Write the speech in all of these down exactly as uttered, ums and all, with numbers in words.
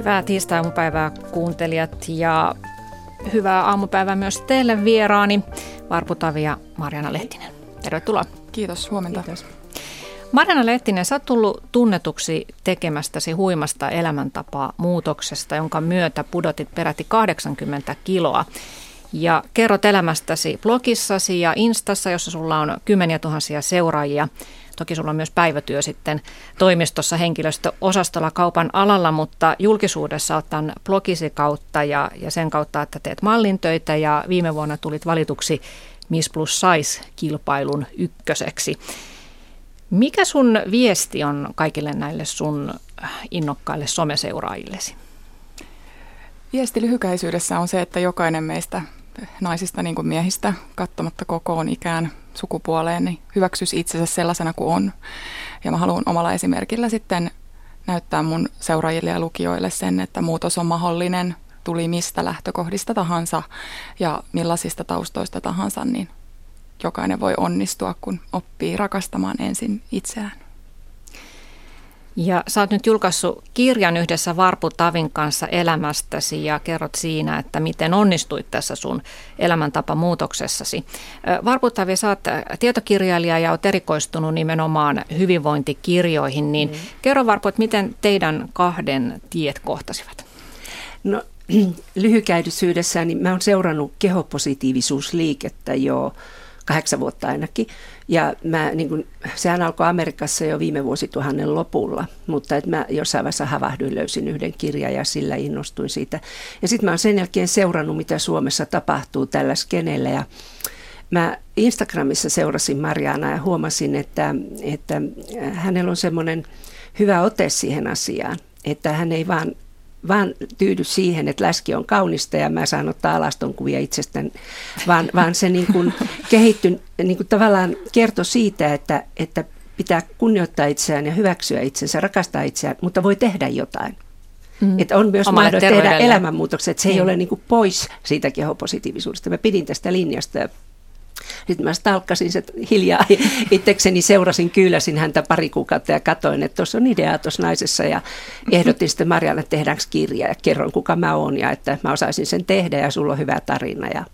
Hyvää tiistai-aamupäivää kuuntelijat ja hyvää aamupäivää myös teille vieraani, Varpu Tavi ja Marjaana Lehtinen. Tervetuloa. Kiitos, huomenta. Kiitos. Marjaana Lehtinen, sä oot tullut tunnetuksi tekemästäsi huimasta elämäntapaa muutoksesta, jonka myötä pudotit peräti kahdeksankymmentä kiloa. Ja kerrot elämästäsi blogissasi ja Instassa, jossa sulla on kymmeniä tuhansia seuraajia. Toki sulla on myös päivätyö sitten toimistossa henkilöstöosastolla kaupan alalla, mutta julkisuudessa olet tämän blogisi kautta ja, ja sen kautta, että teet mallintöitä ja viime vuonna tulit valituksi Miss Plus Size-kilpailun ykköseksi. Mikä sun viesti on kaikille näille sun innokkaille someseuraajillesi? Viesti lyhykäisyydessä on se, että jokainen meistä naisista niin kuin miehistä, katsomatta kokoon, ikään, sukupuoleen, niin hyväksyisi itsensä sellaisena kuin on. Ja mä haluan omalla esimerkillä sitten näyttää mun seuraajille ja lukijoille sen, että muutos on mahdollinen, tuli mistä lähtökohdista tahansa ja millaisista taustoista tahansa, niin jokainen voi onnistua, kun oppii rakastamaan ensin itseään. Ja sä oot nyt julkaissut kirjan yhdessä Varpu Tavin kanssa elämästäsi ja kerrot siinä, että miten onnistuit tässä sun elämäntapamuutoksessasi. Varpu Tavi, sä oot tietokirjailija ja oot erikoistunut nimenomaan hyvinvointikirjoihin, niin mm. kerro Varpu, että miten teidän kahden tiet kohtasivat? No lyhykäisyydessään niin mä oon seurannut kehopositiivisuusliikettä jo kahdeksan vuotta ainakin. Ja mä, niin kun, sehän alkoi Amerikassa jo viime vuosituhannen lopulla, mutta et mä jossain vaiheessa havahduin, löysin yhden kirjan ja sillä innostuin siitä. Ja sitten mä oon sen jälkeen seurannut, mitä Suomessa tapahtuu tällä skenellä. Ja mä Instagramissa seurasin Marjaanaa ja huomasin, että, että hänellä on semmoinen hyvä ote siihen asiaan, että hän ei vaan vaan tyydy siihen, että läski on kaunista ja mä saan ottaa alastonkuvia itsestään, vaan, vaan se niin kuin kehittyi, niin kuin tavallaan kertoi siitä, että, että pitää kunnioittaa itseään ja hyväksyä itsensä, rakastaa itseään, mutta voi tehdä jotain. Mm. Että on myös mahdollista tehdä elämänmuutoksia, että se ei mm. ole niin kuin pois siitä kehopositiivisuudesta. Mä pidin tästä linjasta ja sitten mä stalkkasin se hiljaa itsekseni, seurasin, kyyläsin häntä pari kuukautta ja katsoin, että tuossa on ideaa tuossa naisessa ja ehdotin sitten Marjalle, että tehdäänkö kirja ja kerron kuka mä oon ja että mä osaisin sen tehdä ja sulla on hyvä tarina. Ja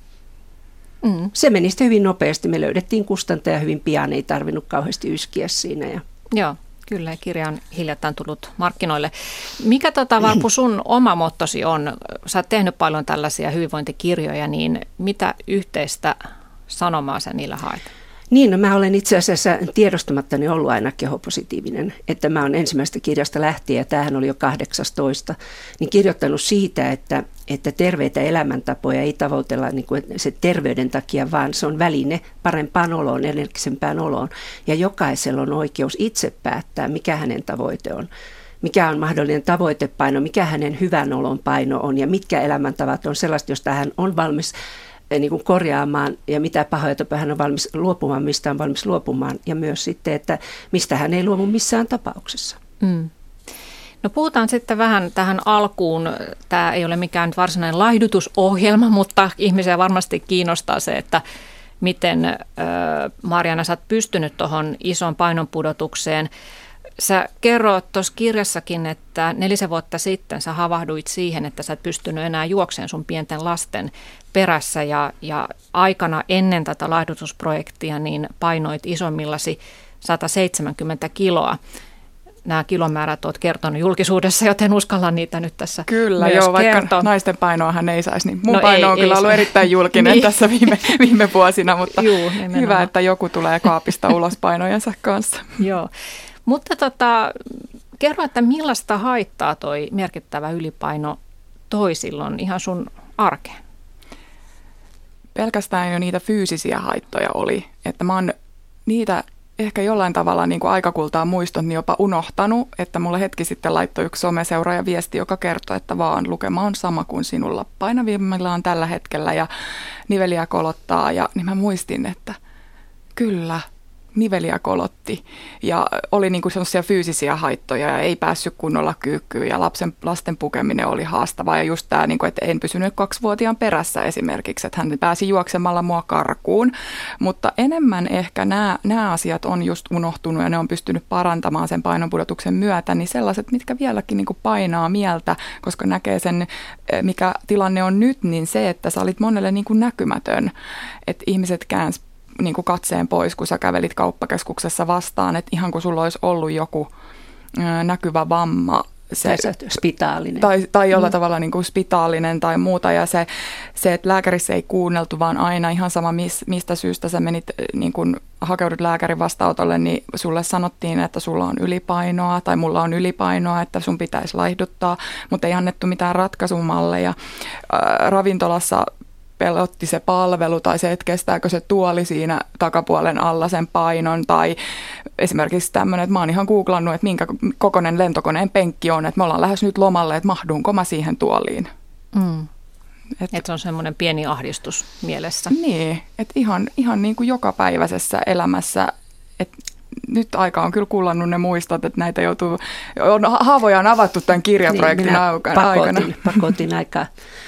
mm. se meni sitten hyvin nopeasti, me löydettiin kustantaja hyvin pian, ei tarvinnut kauheasti yskiä siinä. Ja joo. Kyllä, kirja on hiljattain tullut markkinoille. Mikä tota, Varpu sun oma mottosi on? Sä oot tehnyt paljon tällaisia hyvinvointikirjoja, niin mitä yhteistä sanomaa sä niillä haet? Niin, no mä olen itse asiassa tiedostamattani ollut aina kehopositiivinen, että mä oon ensimmäisestä kirjasta lähtien, ja tämähän oli jo kahdeksastoista, niin kirjoittanut siitä, että, että terveitä elämäntapoja ei tavoitella niin kuin se terveyden takia, vaan se on väline parempaan oloon, energisempään oloon, ja jokaisella on oikeus itse päättää, mikä hänen tavoite on. Mikä on mahdollinen tavoitepaino, mikä hänen hyvän olon paino on, ja mitkä elämäntavat on sellaista, josta hän on valmis niin kuin korjaamaan ja mitä pahoja tapoja hän on valmis luopumaan, mistä on valmis luopumaan ja myös sitten, että mistä hän ei luovu missään tapauksessa. Mm. No puhutaan sitten vähän tähän alkuun. Tämä ei ole mikään varsinainen laihdutusohjelma, mutta ihmisiä varmasti kiinnostaa se, että miten äh, Marjaana sä oot pystynyt tuohon ison painonpudotukseen. Sä kerroit tuossa kirjassakin, että nelisen vuotta sitten sä havahduit siihen, että sä et pystynyt enää juokseen sun pienten lasten perässä ja, ja aikana ennen tätä laihdutusprojektia niin painoit isommillasi sata seitsemänkymmentä kiloa. Nämä kilomäärät olet kertonut julkisuudessa, joten uskalla niitä nyt tässä Kyllä, myös joo, vaikka kertoa. Naisten painoahan ei saisi, niin mun no paino ei, on kyllä ei ollut saa. erittäin julkinen niin. tässä viime, viime vuosina, mutta Juu, hyvä, että joku tulee kaapista ulos painojensa kanssa. Joo. Mutta tota, kerro, että millaista haittaa toi merkittävä ylipaino toi silloin ihan sun arkeen? Pelkästään jo niitä fyysisiä haittoja oli, että mä oon niitä ehkä jollain tavalla niin kuin aikakultaa muistot niin jopa unohtanut, että mulle hetki sitten laittoi yksi someseuraaja viesti, joka kertoi, että vaan lukema on sama kuin sinulla. Painavimmillaan tällä hetkellä ja niveliä kolottaa ja niin mä muistin, että kyllä, niveliä kolotti ja oli niin kuin sellaisia fyysisiä haittoja ja ei päässyt kunnolla kyykkyyn ja lapsen, lasten pukeminen oli haastavaa ja just tämä, niin kuin, että en pysynyt kaksivuotiaan perässä esimerkiksi, että hän pääsi juoksemalla mua karkuun, mutta enemmän ehkä nämä, nämä asiat on just unohtunut ja ne on pystynyt parantamaan sen painonpudotuksen myötä, niin sellaiset, mitkä vieläkin niin kuin painaa mieltä, koska näkee sen, mikä tilanne on nyt, niin se, että sä olit monelle niin kuin näkymätön, että ihmiset käänsi niin kuin katseen pois, kun sä kävelit kauppakeskuksessa vastaan, että ihan kun sulla olisi ollut joku ää, näkyvä vamma. Se, tai spitaalinen. Tai, tai jollain mm. tavalla niin kuin spitaalinen tai muuta. Ja se, se, että lääkärissä ei kuunneltu, vaan aina ihan sama, mis, mistä syystä sä menit, niin kuin hakeudut lääkärin vastaanotolle, niin sulle sanottiin, että sulla on ylipainoa tai mulla on ylipainoa, että sun pitäisi laihduttaa, mutta ei annettu mitään ratkaisumalleja. Ää, ravintolassa pelotti se palvelu tai se, että kestääkö se tuoli siinä takapuolen alla sen painon tai esimerkiksi tämmöinen, että mä oon ihan googlannut, että minkä kokoinen lentokoneen penkki on, että me ollaan lähes nyt lomalle, että mahdunko mä siihen tuoliin. Mm. Että et se on semmoinen pieni ahdistus mielessä. Niin, että ihan, ihan niin kuin jokapäiväisessä elämässä, että nyt aika on kyllä kullannut ne muistot, että näitä joutuu, on, haavoja on avattu tämän kirjaprojektin niin, aikana. Pakotin, pakotin aika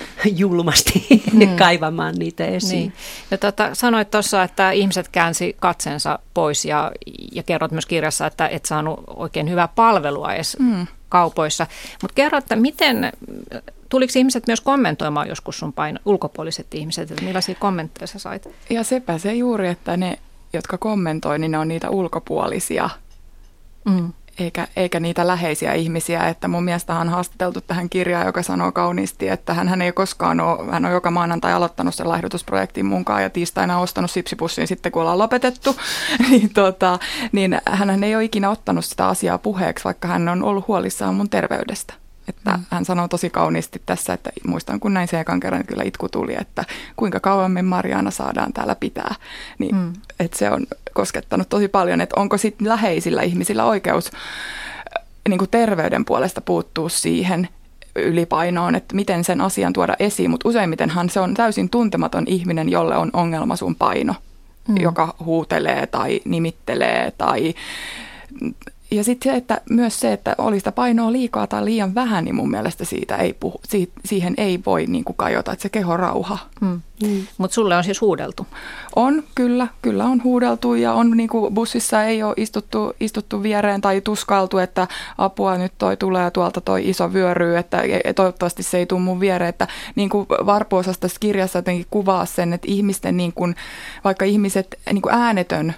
julmasti mm. kaivamaan niitä esiin. Niin. Ja tota, sanoit tuossa, että ihmiset käänsi katsensa pois ja, ja kerrot myös kirjassa, että et saanut oikein hyvää palvelua edes mm. kaupoissa. Mutta kerro, että miten, tuliko ihmiset myös kommentoimaan joskus sun paino, ulkopuoliset ihmiset, että millaisia kommentteja sä sait? Ja sepä se juuri, että ne jotka kommentoi, niin ne on niitä ulkopuolisia, mm. eikä, eikä niitä läheisiä ihmisiä. Että mun mielestä on haastateltu tähän kirjaan, joka sanoo kauniisti, että hän, hän ei koskaan ole, hän on joka maanantai aloittanut sen laihdutusprojektin mukaan ja tiistaina ostanut sipsipussin sitten, kun ollaan lopetettu. niin, tota, niin hän ei ole ikinä ottanut sitä asiaa puheeksi, vaikka hän on ollut huolissaan mun terveydestä. Että mm. hän sanoo tosi kauniisti tässä, että muistan kun näin se ekan kerran, niin kyllä itku tuli, että kuinka kauan me Mariana saadaan täällä pitää. Niin, mm. että se on koskettanut tosi paljon, että onko sitten läheisillä ihmisillä oikeus niin kuin terveyden puolesta puuttua siihen ylipainoon, että miten sen asian tuoda esiin, mutta useimmitenhan se on täysin tuntematon ihminen, jolle on ongelma sun paino, mm. joka huutelee tai nimittelee tai... Ja sitten se, että myös se, että oli sitä painoa liikaa tai liian vähän, niin mun mielestä siitä ei puhu, siitä, siihen ei voi niin kuin kajota, että se keho rauha. Hmm. Hmm. Mutta sulle on siis huudeltu? On, kyllä. Kyllä on huudeltu ja on niin kuin bussissa ei ole istuttu, istuttu viereen tai tuskailtu, että apua nyt toi tulee tuolta toi iso vyöry, että toivottavasti se ei tule mun viereen. Että niin kuin Varpuosassa tässä kirjassa jotenkin kuvaa sen, että ihmisten, niin kuin, vaikka ihmiset niin kuin äänetön,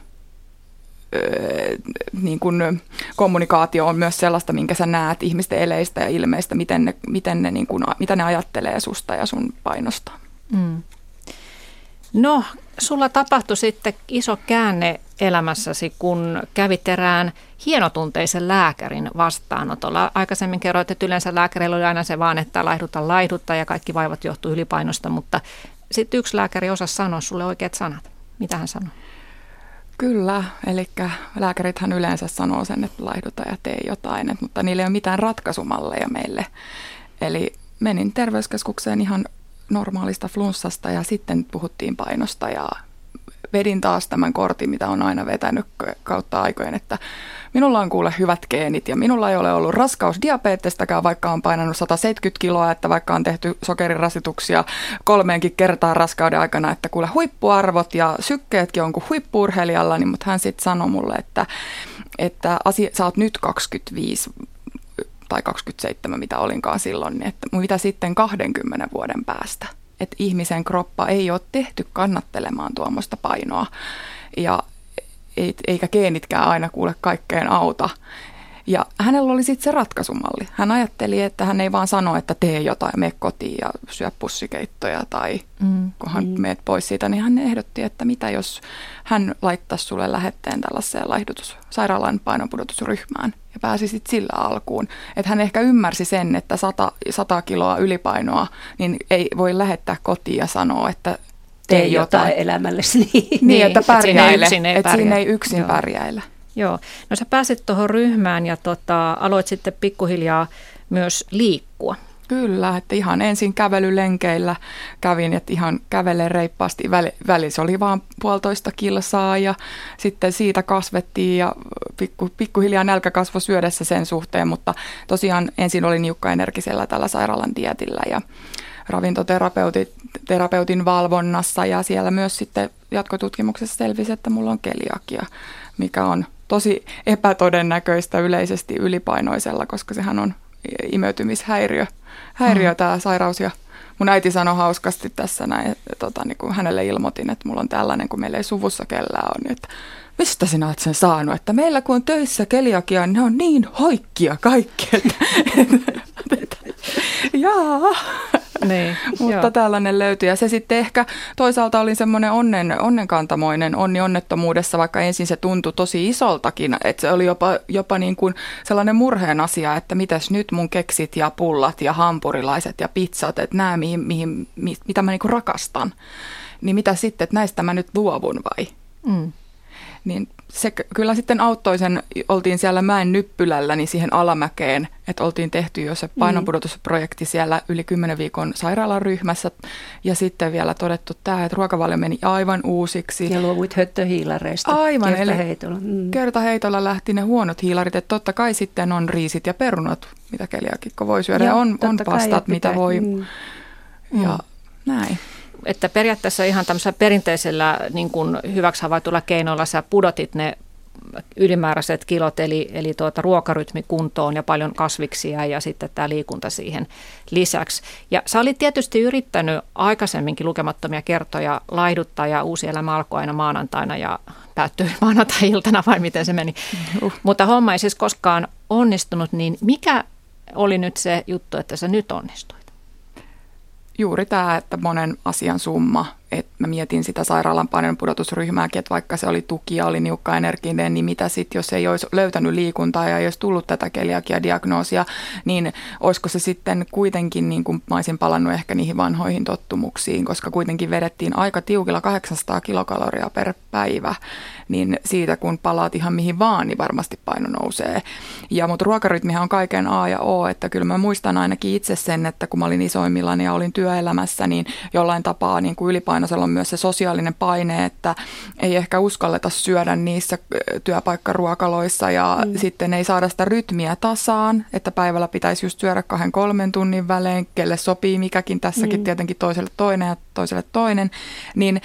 niin kuin kommunikaatio on myös sellaista, minkä sä näet ihmisten eleistä ja ilmeistä, miten ne, miten ne, niin kuin, mitä ne ajattelee susta ja sun painosta. Mm. No, sulla tapahtui sitten iso käänne elämässäsi, kun kävit erään hienotunteisen lääkärin vastaanotolla. Aikaisemmin kerroit, että yleensä lääkärillä oli aina se vaan, että laihduta, laihduta ja kaikki vaivat johtuu ylipainosta, mutta sitten yksi lääkäri osasi sanoa sulle oikeat sanat. Mitä hän sanoi? Kyllä, eli lääkärithän yleensä sanoo sen, että laihduta ja tee jotain, et, mutta niillä ei ole mitään ratkaisumalleja meille. Eli menin terveyskeskukseen ihan normaalista flunssasta ja sitten puhuttiin painosta ja vedin taas tämän kortin, mitä on aina vetänyt kautta aikojen, että minulla on kuule hyvät geenit ja minulla ei ole ollut raskausdiabetestäkään, vaikka on painanut sata seitsemänkymmentä kiloa, että vaikka on tehty sokerirasituksia kolmeenkin kertaan raskauden aikana, että kuule huippuarvot ja sykkeetkin on kuin huippu-urheilijalla, niin, mutta hän sitten sanoi mulle, että, että asia, sä oot nyt kaksikymmentäviisi tai kaksikymmentäseitsemän, mitä olinkaan silloin, niin että mitä sitten kahdenkymmenen vuoden päästä. Että ihmisen kroppa ei ole tehty kannattelemaan tuommoista painoa ja eikä geenitkään aina kuule kaikkeen auta. Ja hänellä oli sitten se ratkaisumalli. Hän ajatteli, että hän ei vaan sano, että tee jotain, mene kotiin ja syö pussikeittoja tai mm. kunhan mm. meet pois siitä, niin hän ehdotti, että mitä jos hän laittaisi sulle lähetteen tällaiseen laihdutus, sairaalan painonpudotusryhmään ja pääsi sitten sillä alkuun. Että hän ehkä ymmärsi sen, että sata, sata kiloa ylipainoa, niin ei voi lähettää kotiin ja sanoa, että tee jotain, jotain elämällesi. Niin, niin, että pärjäile, että siinä ei yksin Joo. pärjäile. Joo, no sä pääsit tuohon ryhmään ja tota, aloit sitten pikkuhiljaa myös liikkua. Kyllä, että ihan ensin kävelylenkeillä kävin, että ihan kävelen reippaasti. Väl, välissä oli vaan puolitoista kilsaa ja sitten siitä kasvettiin ja pikku, pikkuhiljaa nälkä kasvoi syödessä sen suhteen, mutta tosiaan ensin oli niukkaenergisellä tällä sairaalan dietillä ja ravintoterapeutin valvonnassa ja siellä myös sitten jatkotutkimuksessa selvisi, että mulla on keliakia, mikä on tosi epätodennäköistä yleisesti ylipainoisella, koska sehän on imeytymishäiriö häiriö, hmm. tämä sairaus. Ja mun äiti sanoi hauskasti tässä näin, että tota, niin kun hänelle ilmoitin, että mulla on tällainen, kun meillä ei suvussa kellään on, että mistä sinä olet sen saanut, että meillä kun on töissä keliakia, niin ne on niin hoikkia kaikki, että, että jaa. Niin, mutta joo. Tällainen löytyi ja se sitten ehkä toisaalta oli semmoinen onnen, onnenkantamoinen onni onnettomuudessa, vaikka ensin se tuntui tosi isoltakin, että se oli jopa, jopa niin kuin sellainen murheen asia, että mitäs nyt mun keksit ja pullat ja hampurilaiset ja pizzat, että nämä mihin, mihin, mitä mä niin kuin rakastan, niin mitä sitten, että näistä mä nyt luovun vai? Mm. Niin se kyllä sitten auttoi sen, oltiin siellä mäen nyppylällä niin siihen alamäkeen, että oltiin tehty jo se painonpudotusprojekti siellä yli kymmenen viikon sairaalaryhmässä ja sitten vielä todettu tämä, että ruokavalio meni aivan uusiksi. Ja luovuit höttöhiilareista. Aivan, kertaheitolla. Mm. Kertaheitolla lähti ne huonot hiilarit, että totta kai sitten on riisit ja perunat, mitä keliakikko voi syödä ja on, on pastat, mitä voi mm. ja mm. näin. Että periaatteessa ihan tämmöisellä perinteisellä niin kuin hyväksi havaitulla keinoilla sä pudotit ne ylimääräiset kilot, eli, eli tuota ruokarytmi kuntoon ja paljon kasviksia ja sitten tämä liikunta siihen lisäksi. Ja sä olit tietysti yrittänyt aikaisemminkin lukemattomia kertoja laihduttaa ja uusi elämä alkoi aina maanantaina ja päättyi maanantai-iltana vai miten se meni. Uh. Mutta homma ei siis koskaan onnistunut, niin mikä oli nyt se juttu, että sä nyt onnistuit? Juuri tämä, että monen asian summa, että mä mietin sitä sairaalan painonpudotusryhmääkin, että vaikka se oli tuki ja oli niukka energinen, niin mitä sitten, jos ei olisi löytänyt liikuntaa ja ei olisi tullut tätä keliakia-diagnoosia, niin olisiko se sitten kuitenkin, niin kuin mä olisin palannut ehkä niihin vanhoihin tottumuksiin, koska kuitenkin vedettiin aika tiukilla kahdeksansataa kilokaloria per päivä, niin siitä kun palaat ihan mihin vaan, niin varmasti paino nousee. Ja mutta ruokarytmihän on kaiken A ja O, että kyllä mä muistan ainakin itse sen, että kun mä olin isoimmillani ja olin työelämässä, niin jollain tapaa niin kuin ylipainoisella on myös se sosiaalinen paine, että ei ehkä uskalleta syödä niissä työpaikkaruokaloissa ja mm. sitten ei saada sitä rytmiä tasaan, että päivällä pitäisi just syödä kahden kolmen tunnin välein, kelle sopii mikäkin tässäkin mm. tietenkin toiselle toinen ja toiselle toinen, niin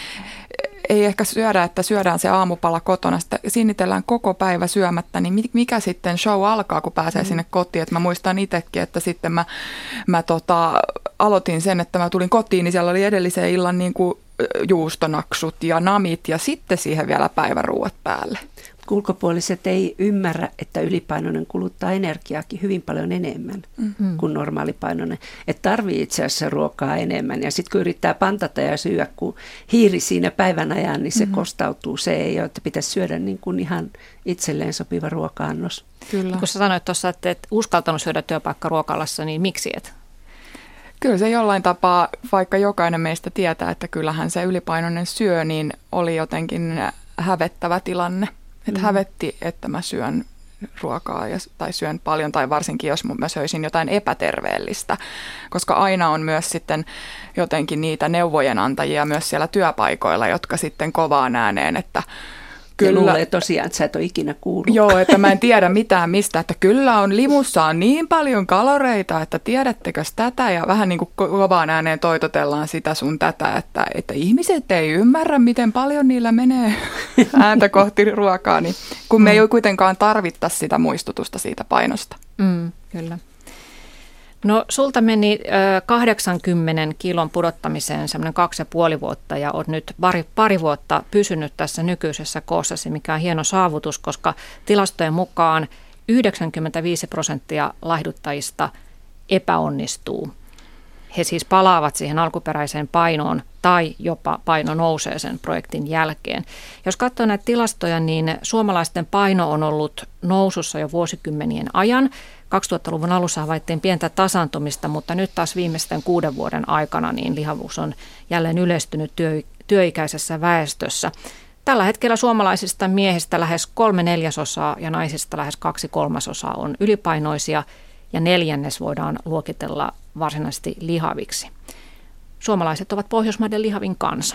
ei ehkä syödä, että syödään se aamupala kotona, sitten sinnitellään koko päivä syömättä, niin mikä sitten show alkaa, kun pääsee mm. sinne kotiin, että mä muistan itsekin, että sitten mä, mä tota, aloitin sen, että mä tulin kotiin, niin siellä oli edellisen illan niin kuin juustonaksut ja namit ja sitten siihen vielä päiväruuat päälle. Ulkopuoliset ei ymmärrä, että ylipainoinen kuluttaa energiaakin hyvin paljon enemmän mm-hmm. kuin normaalipainoinen. Että tarvii itse asiassa ruokaa enemmän. Ja sitten kun yrittää pantata ja syödä, kun hiiri siinä päivän ajan, niin se mm-hmm. kostautuu. Se ei ole, että pitäisi syödä niin kuin ihan itselleen sopiva ruoka-annos. Kyllä. Kun sä sanoit tuossa, että et uskaltanut syödä työpaikkaruokalassa, niin miksi et? Kyllä se jollain tapaa, vaikka jokainen meistä tietää, että kyllähän se ylipainoinen syö, niin oli jotenkin hävettävä tilanne. Että mm. hävetti, että mä syön ruokaa ja, tai syön paljon tai varsinkin jos mä söisin jotain epäterveellistä, koska aina on myös sitten jotenkin niitä neuvojen antajia myös siellä työpaikoilla, jotka sitten kovaan ääneen, että kyllä. Ja luulee tosiaan, että sä et ole ikinä kuullut. Joo, että mä en tiedä mitään mistä, että kyllä on limussa on niin paljon kaloreita, että tiedättekö tätä ja vähän niin kuin kovaan ääneen toitotellaan sitä sun tätä, että, että ihmiset ei ymmärrä, miten paljon niillä menee ääntä kohti ruokaa, niin kun me mm. ei kuitenkaan tarvittaisi sitä muistutusta siitä painosta. Mm, kyllä. No sulta meni ö, kahdeksankymmenen kilon pudottamiseen semmoinen kaksi ja puoli vuotta ja olet nyt pari, pari vuotta pysynyt tässä nykyisessä koossasi, mikä on hieno saavutus, koska tilastojen mukaan yhdeksänkymmentäviisi prosenttia laihduttajista epäonnistuu. He siis palaavat siihen alkuperäiseen painoon tai jopa paino nousee sen projektin jälkeen. Jos katsoo näitä tilastoja, niin suomalaisten paino on ollut nousussa jo vuosikymmenien ajan. kaksituhattaluvun alussa havaittiin pientä tasaantumista, mutta nyt taas viimeisten kuuden vuoden aikana niin lihavuus on jälleen yleistynyt työ, työikäisessä väestössä. Tällä hetkellä suomalaisista miehistä lähes kolme neljäsosaa ja naisista lähes kaksi kolmasosaa on ylipainoisia ja neljännes voidaan luokitella varsinaisesti lihaviksi. Suomalaiset ovat Pohjoismaiden lihavin kansa.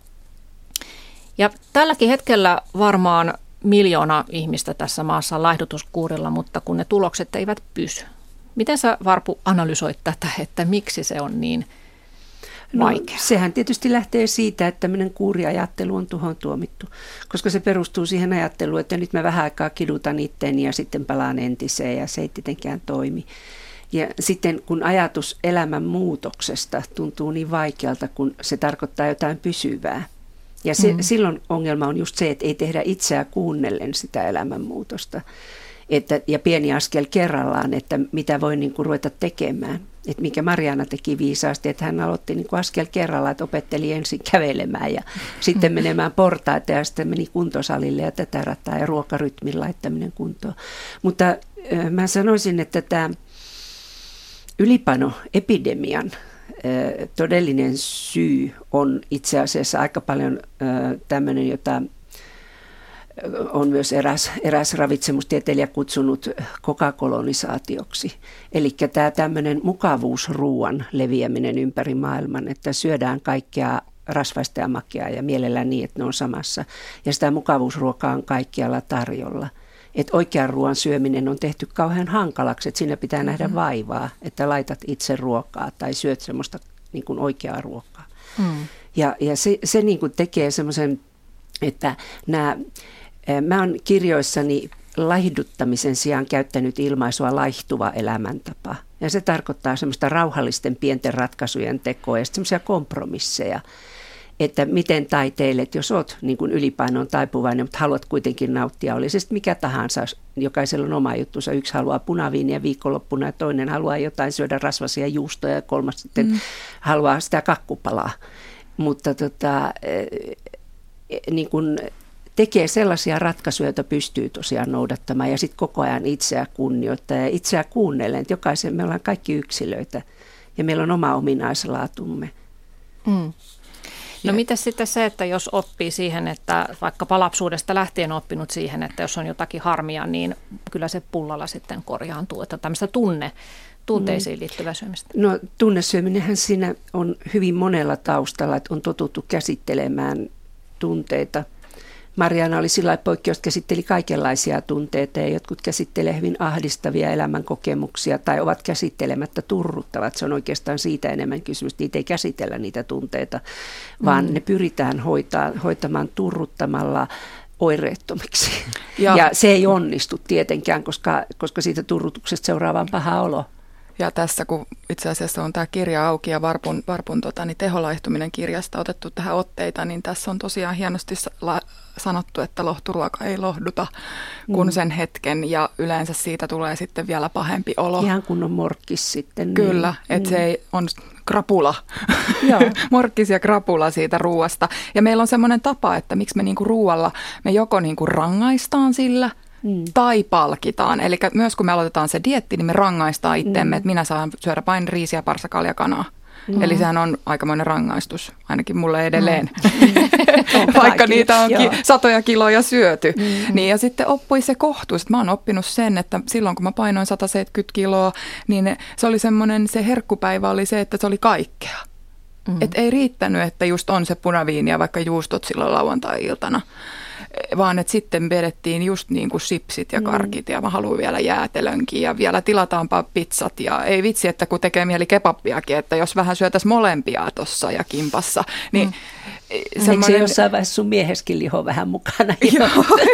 Ja tälläkin hetkellä varmaan miljoona ihmistä tässä maassa on laihdutuskuurilla, mutta kun ne tulokset eivät pysy. Miten sä, Varpu, analysoit tätä, että miksi se on niin vaikea? No, sehän tietysti lähtee siitä, että tämmöinen kuuriajattelu on tuhoon tuomittu, koska se perustuu siihen ajatteluun, että nyt mä vähän aikaa kidutan itteni ja sitten palaan entiseen ja se ei tietenkään toimi. Ja sitten kun ajatus elämän muutoksesta tuntuu niin vaikealta, kun se tarkoittaa jotain pysyvää. Ja se, mm. silloin ongelma on just se, että ei tehdä itseä kuunnellen sitä elämänmuutosta. Että, ja pieni askel kerrallaan, että mitä voi niin kuin ruveta tekemään. Että mikä Mariana teki viisaasti, että hän aloitti niin kuin askel kerrallaan, että opetteli ensin kävelemään ja sitten menemään portaita ja sitten meni kuntosalille ja tätä rataa ja ruokarytmin laittaminen kuntoon. Mutta äh, mä sanoisin, että tämä ylipanoepidemian äh, todellinen syy on itse asiassa aika paljon äh, tämmöinen, jota on myös eräs, eräs ravitsemustieteilijä kutsunut kokakolonisaatioksi. Eli tämä tämmöinen mukavuusruuan leviäminen ympäri maailman, että syödään kaikkea rasvaista ja makeaa ja mielellään niin, että ne on samassa. Ja sitä mukavuusruokaa on kaikkialla tarjolla. Että oikean ruoan syöminen on tehty kauhean hankalaksi, että siinä pitää nähdä mm. vaivaa, että laitat itse ruokaa tai syöt semmoista niin kuin oikeaa ruokaa. Mm. Ja, ja se, se niin kuin tekee semmoisen, että nämä... Mä oon kirjoissani laihduttamisen sijaan käyttänyt ilmaisua laihtuva elämäntapa. Ja se tarkoittaa semmoista rauhallisten pienten ratkaisujen tekoa ja semmoisia kompromisseja, että miten taiteilet, jos oot niin kuin ylipainoon taipuvainen, mutta haluat kuitenkin nauttia, oli se sitten mikä tahansa, jokaisella on oma juttunsa. Yksi haluaa punaviiniä viikonloppuna ja toinen haluaa jotain syödä rasvaisia juustoja ja kolmas sitten mm. haluaa sitä kakkupalaa. Mutta tota, niin kuin tekee sellaisia ratkaisuja, joita pystyy tosiaan noudattamaan ja sitten koko ajan itseä kunnioittaa ja itseä kuunnellen. Jokaisen, me ollaan kaikki yksilöitä ja meillä on oma ominaislaatumme. Mm. No mitä sitten se, että jos oppii siihen, että vaikka lapsuudesta lähtien oppinut siihen, että jos on jotakin harmia, niin kyllä se pullalla sitten korjaantuu, että tämmöistä tunne, tunteisiin liittyvää syömistä. No tunnesyöminenhän siinä on hyvin monella taustalla, että on totuttu käsittelemään tunteita. Mariana oli sillä lailla poikkeus, käsitteli kaikenlaisia tunteita ja jotkut käsittelee hyvin ahdistavia elämänkokemuksia tai ovat käsittelemättä turruttavat. Se on oikeastaan siitä enemmän kysymys, niitä ei käsitellä niitä tunteita, vaan mm. ne pyritään hoitaa, hoitamaan turruttamalla oireettomiksi. Ja, ja se ei onnistu tietenkään, koska, koska siitä turrutuksesta seuraa vaan paha olo. Ja tässä, kun itse asiassa on tämä kirja auki ja Varpun, varpun tota, niin teholaihtuminen kirjasta otettu tähän otteita, niin tässä on tosiaan hienosti la- sanottu, että lohturuoka ei lohduta kuin mm. sen hetken ja yleensä siitä tulee sitten vielä pahempi olo. Ihan kun on morkkis sitten. Kyllä, niin. että mm. se ei, on krapula, morkkis ja krapula siitä ruuasta. Ja meillä on semmoinen tapa, että miksi me niinku ruualla, me joko niinku rangaistaan sillä, Mm. tai palkitaan. Eli myös kun me aloitetaan se dieetti, niin me rangaistaan itsemme, mm. että minä saan syödä vain riisiä, parsakalia, kanaa. Mm. Eli sehän on aikamoinen rangaistus, ainakin mulle edelleen, mm. vaikka niitä onkin Joo. satoja kiloja syöty. Mm. Niin, ja sitten oppui se kohtuus. Mä oon oppinut sen, että silloin kun mä painoin sata seitsemänkymmentä kiloa, niin se oli semmoinen, se herkkupäivä oli se, että se oli kaikkea. Mm. Et ei riittänyt, että just on se punaviini ja vaikka juustot silloin lauantai-iltana. Vaan että sitten vedettiin just niin kuin sipsit ja karkit mm. ja mä haluan vielä jäätelönkin ja vielä tilataanpa pizzat ja ei vitsi, että kun tekee mieli kebabbiakin, että jos vähän syötäisiin molempia tuossa ja kimpassa, niin mm. semmoinen... Eikö se jossain vaiheessa sun mieheskin liho vähän mukana? Joo.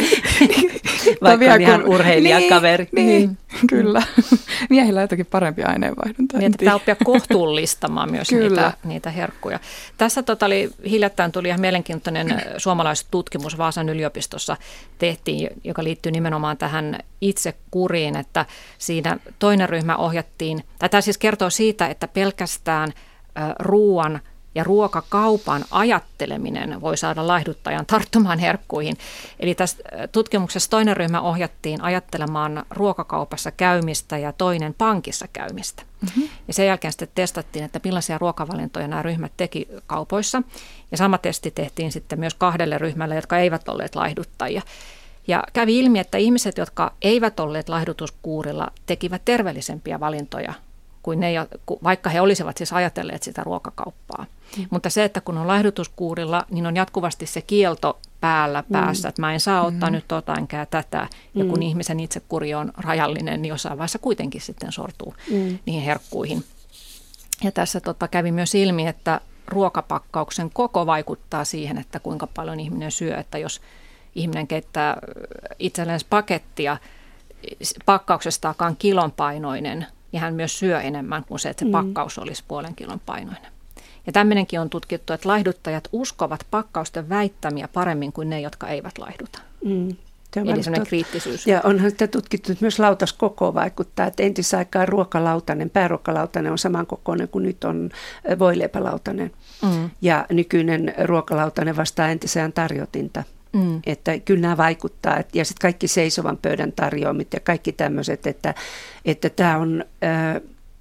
Vaikka on ihan kun... urheilijakaveri. Niin, niin. Kyllä. Miehillä on jotakin parempia aineenvaihduntaa. Mietitään oppia kohtuullistamaan myös niitä, niitä herkkuja. Tässä tota, oli, hiljattain tuli ihan mielenkiintoinen suomalaistutkimus Vaasan yliopistossa tehtiin, joka liittyy nimenomaan tähän itsekuriin, että siinä toinen ryhmä ohjattiin, tai tämä siis kertoo siitä, että pelkästään ruoan ja ruokakaupan ajatteleminen voi saada laihduttajan tarttumaan herkkuihin. Eli tässä tutkimuksessa toinen ryhmä ohjattiin ajattelemaan ruokakaupassa käymistä ja toinen pankissa käymistä. Mm-hmm. Ja sen jälkeen sitten testattiin, että millaisia ruokavalintoja nämä ryhmät teki kaupoissa. Ja sama testi tehtiin sitten myös kahdelle ryhmälle, jotka eivät olleet laihduttajia. Ja kävi ilmi, että ihmiset, jotka eivät olleet laihdutuskuurilla, tekivät terveellisempiä valintoja kuin ne, vaikka he olisivat siis ajatelleet sitä ruokakauppaa. Mm. Mutta se, että kun on laihdutuskuurilla, niin on jatkuvasti se kielto päällä päässä, mm. että mä en saa ottaa mm. nyt tota enkä tätä. Ja mm. kun ihmisen itsekuri on rajallinen, niin jossain vaiheessa kuitenkin sitten sortuu mm. niihin herkkuihin. Ja tässä tota kävi myös ilmi, että ruokapakkauksen koko vaikuttaa siihen, että kuinka paljon ihminen syö. Että jos ihminen keittää itselleen pakettia, pakkauksestaakaan kilon painoinen, niin hän myös syö enemmän kuin se, että se pakkaus olisi puolen kilon painoinen. Ja tämmöinenkin on tutkittu, että laihduttajat uskovat pakkausten väittämiä paremmin kuin ne, jotka eivät laihduta. Mm. Eli sellainen kriittisyys. Ja onhan sitä tutkittu, että myös lautaskoko vaikuttaa, että entisaikaan ruokalautanen, pääruokalautanen on samankokoinen kuin nyt on voileipälautanen. Mm. Ja nykyinen ruokalautanen vastaa entiseen tarjotinta. Mm. Että kyllä nämä vaikuttaa. Ja sitten kaikki seisovan pöydän tarjoamit ja kaikki tämmöiset, että, että tämä on, äh,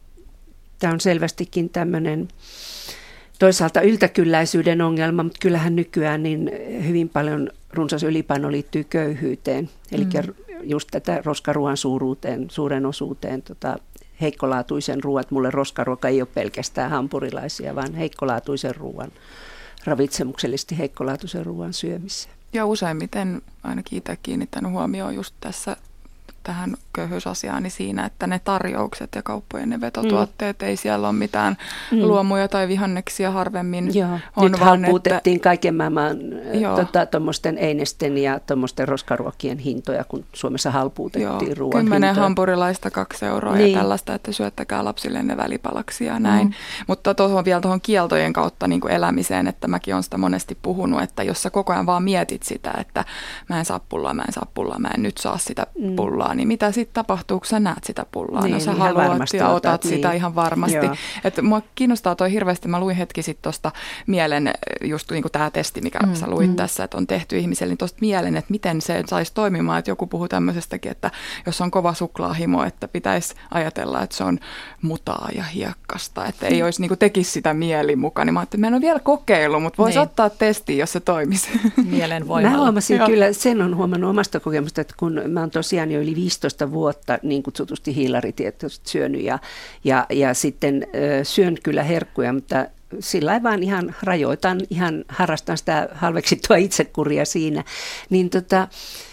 tämä on selvästikin tämmöinen toisaalta yltäkylläisyyden ongelma, mutta kyllähän nykyään niin hyvin paljon runsas ylipaino liittyy köyhyyteen. Eli mm. just tätä roskaruoan suuruuteen, suuren osuuteen, tota, heikkolaatuisen ruoan. Mulle roskaruoka ei ole pelkästään hampurilaisia, vaan heikkolaatuisen ruoan, ravitsemuksellisesti heikkolaatuisen ruoan syömiseen. Ja useimmiten ainakin itse kiinnittänyt huomioon just tässä tähän köyhyysasiaan niin siinä, että ne tarjoukset ja kauppojen ne vetotuotteet, mm. ei siellä ole mitään mm. luomuja tai vihanneksia harvemmin. Joo. On nyt vaan, halpuutettiin että kaiken maailman tuommoisten tota, einesten ja tuommoisten roskaruokien hintoja, kun Suomessa halpuutettiin ruoan Kymmenen hintoja. hampurilaista kaksi euroa niin. Ja tällaista, että syöttäkää lapsille ne välipalaksi ja näin. Mm. Mutta tuohon vielä tuohon kieltojen kautta niin kuin elämiseen, että mäkin olen sitä monesti puhunut, että jos sä koko ajan vaan mietit sitä, että mä en saa pullaa, mä en saa pullaa, mä en nyt saa sitä mm. pullaa, niin mitä sitten tapahtuu, kun sä näet sitä pullaa? Niin, no sä haluat ja otat otat sitä niin. Ihan varmasti. Että mua kiinnostaa toi hirveästi. Mä luin hetki sitten tuosta mielen, just niin kuin tämä testi, mikä mm, sä luit mm. tässä, että on tehty ihmiselle, niin tuosta mielen, että miten se saisi toimimaan. Että joku puhuu tämmöisestäkin, että jos on kova suklaahimo, että pitäisi ajatella, että se on mutaa ja hiekkasta. Että ei olisi niin kuin tekisi sitä mieli mukaan. Niin mä ajattelin, että mä en ole vielä kokeillut, mutta voisi niin. ottaa testiin, jos se toimisi. Mielen voimalla. Mä huomasin kyllä, sen on huomannut omasta kokemusta, että kun mä oon tosiaan jo yli viisitoista vuotta niin kutsutusti hiilaritietoisesti syönyt ja, ja, ja sitten ö, syön kyllä herkkuja, mutta sillä vaan ihan rajoitan, ihan harrastan sitä halveksittua itsekuria siinä, niin tota,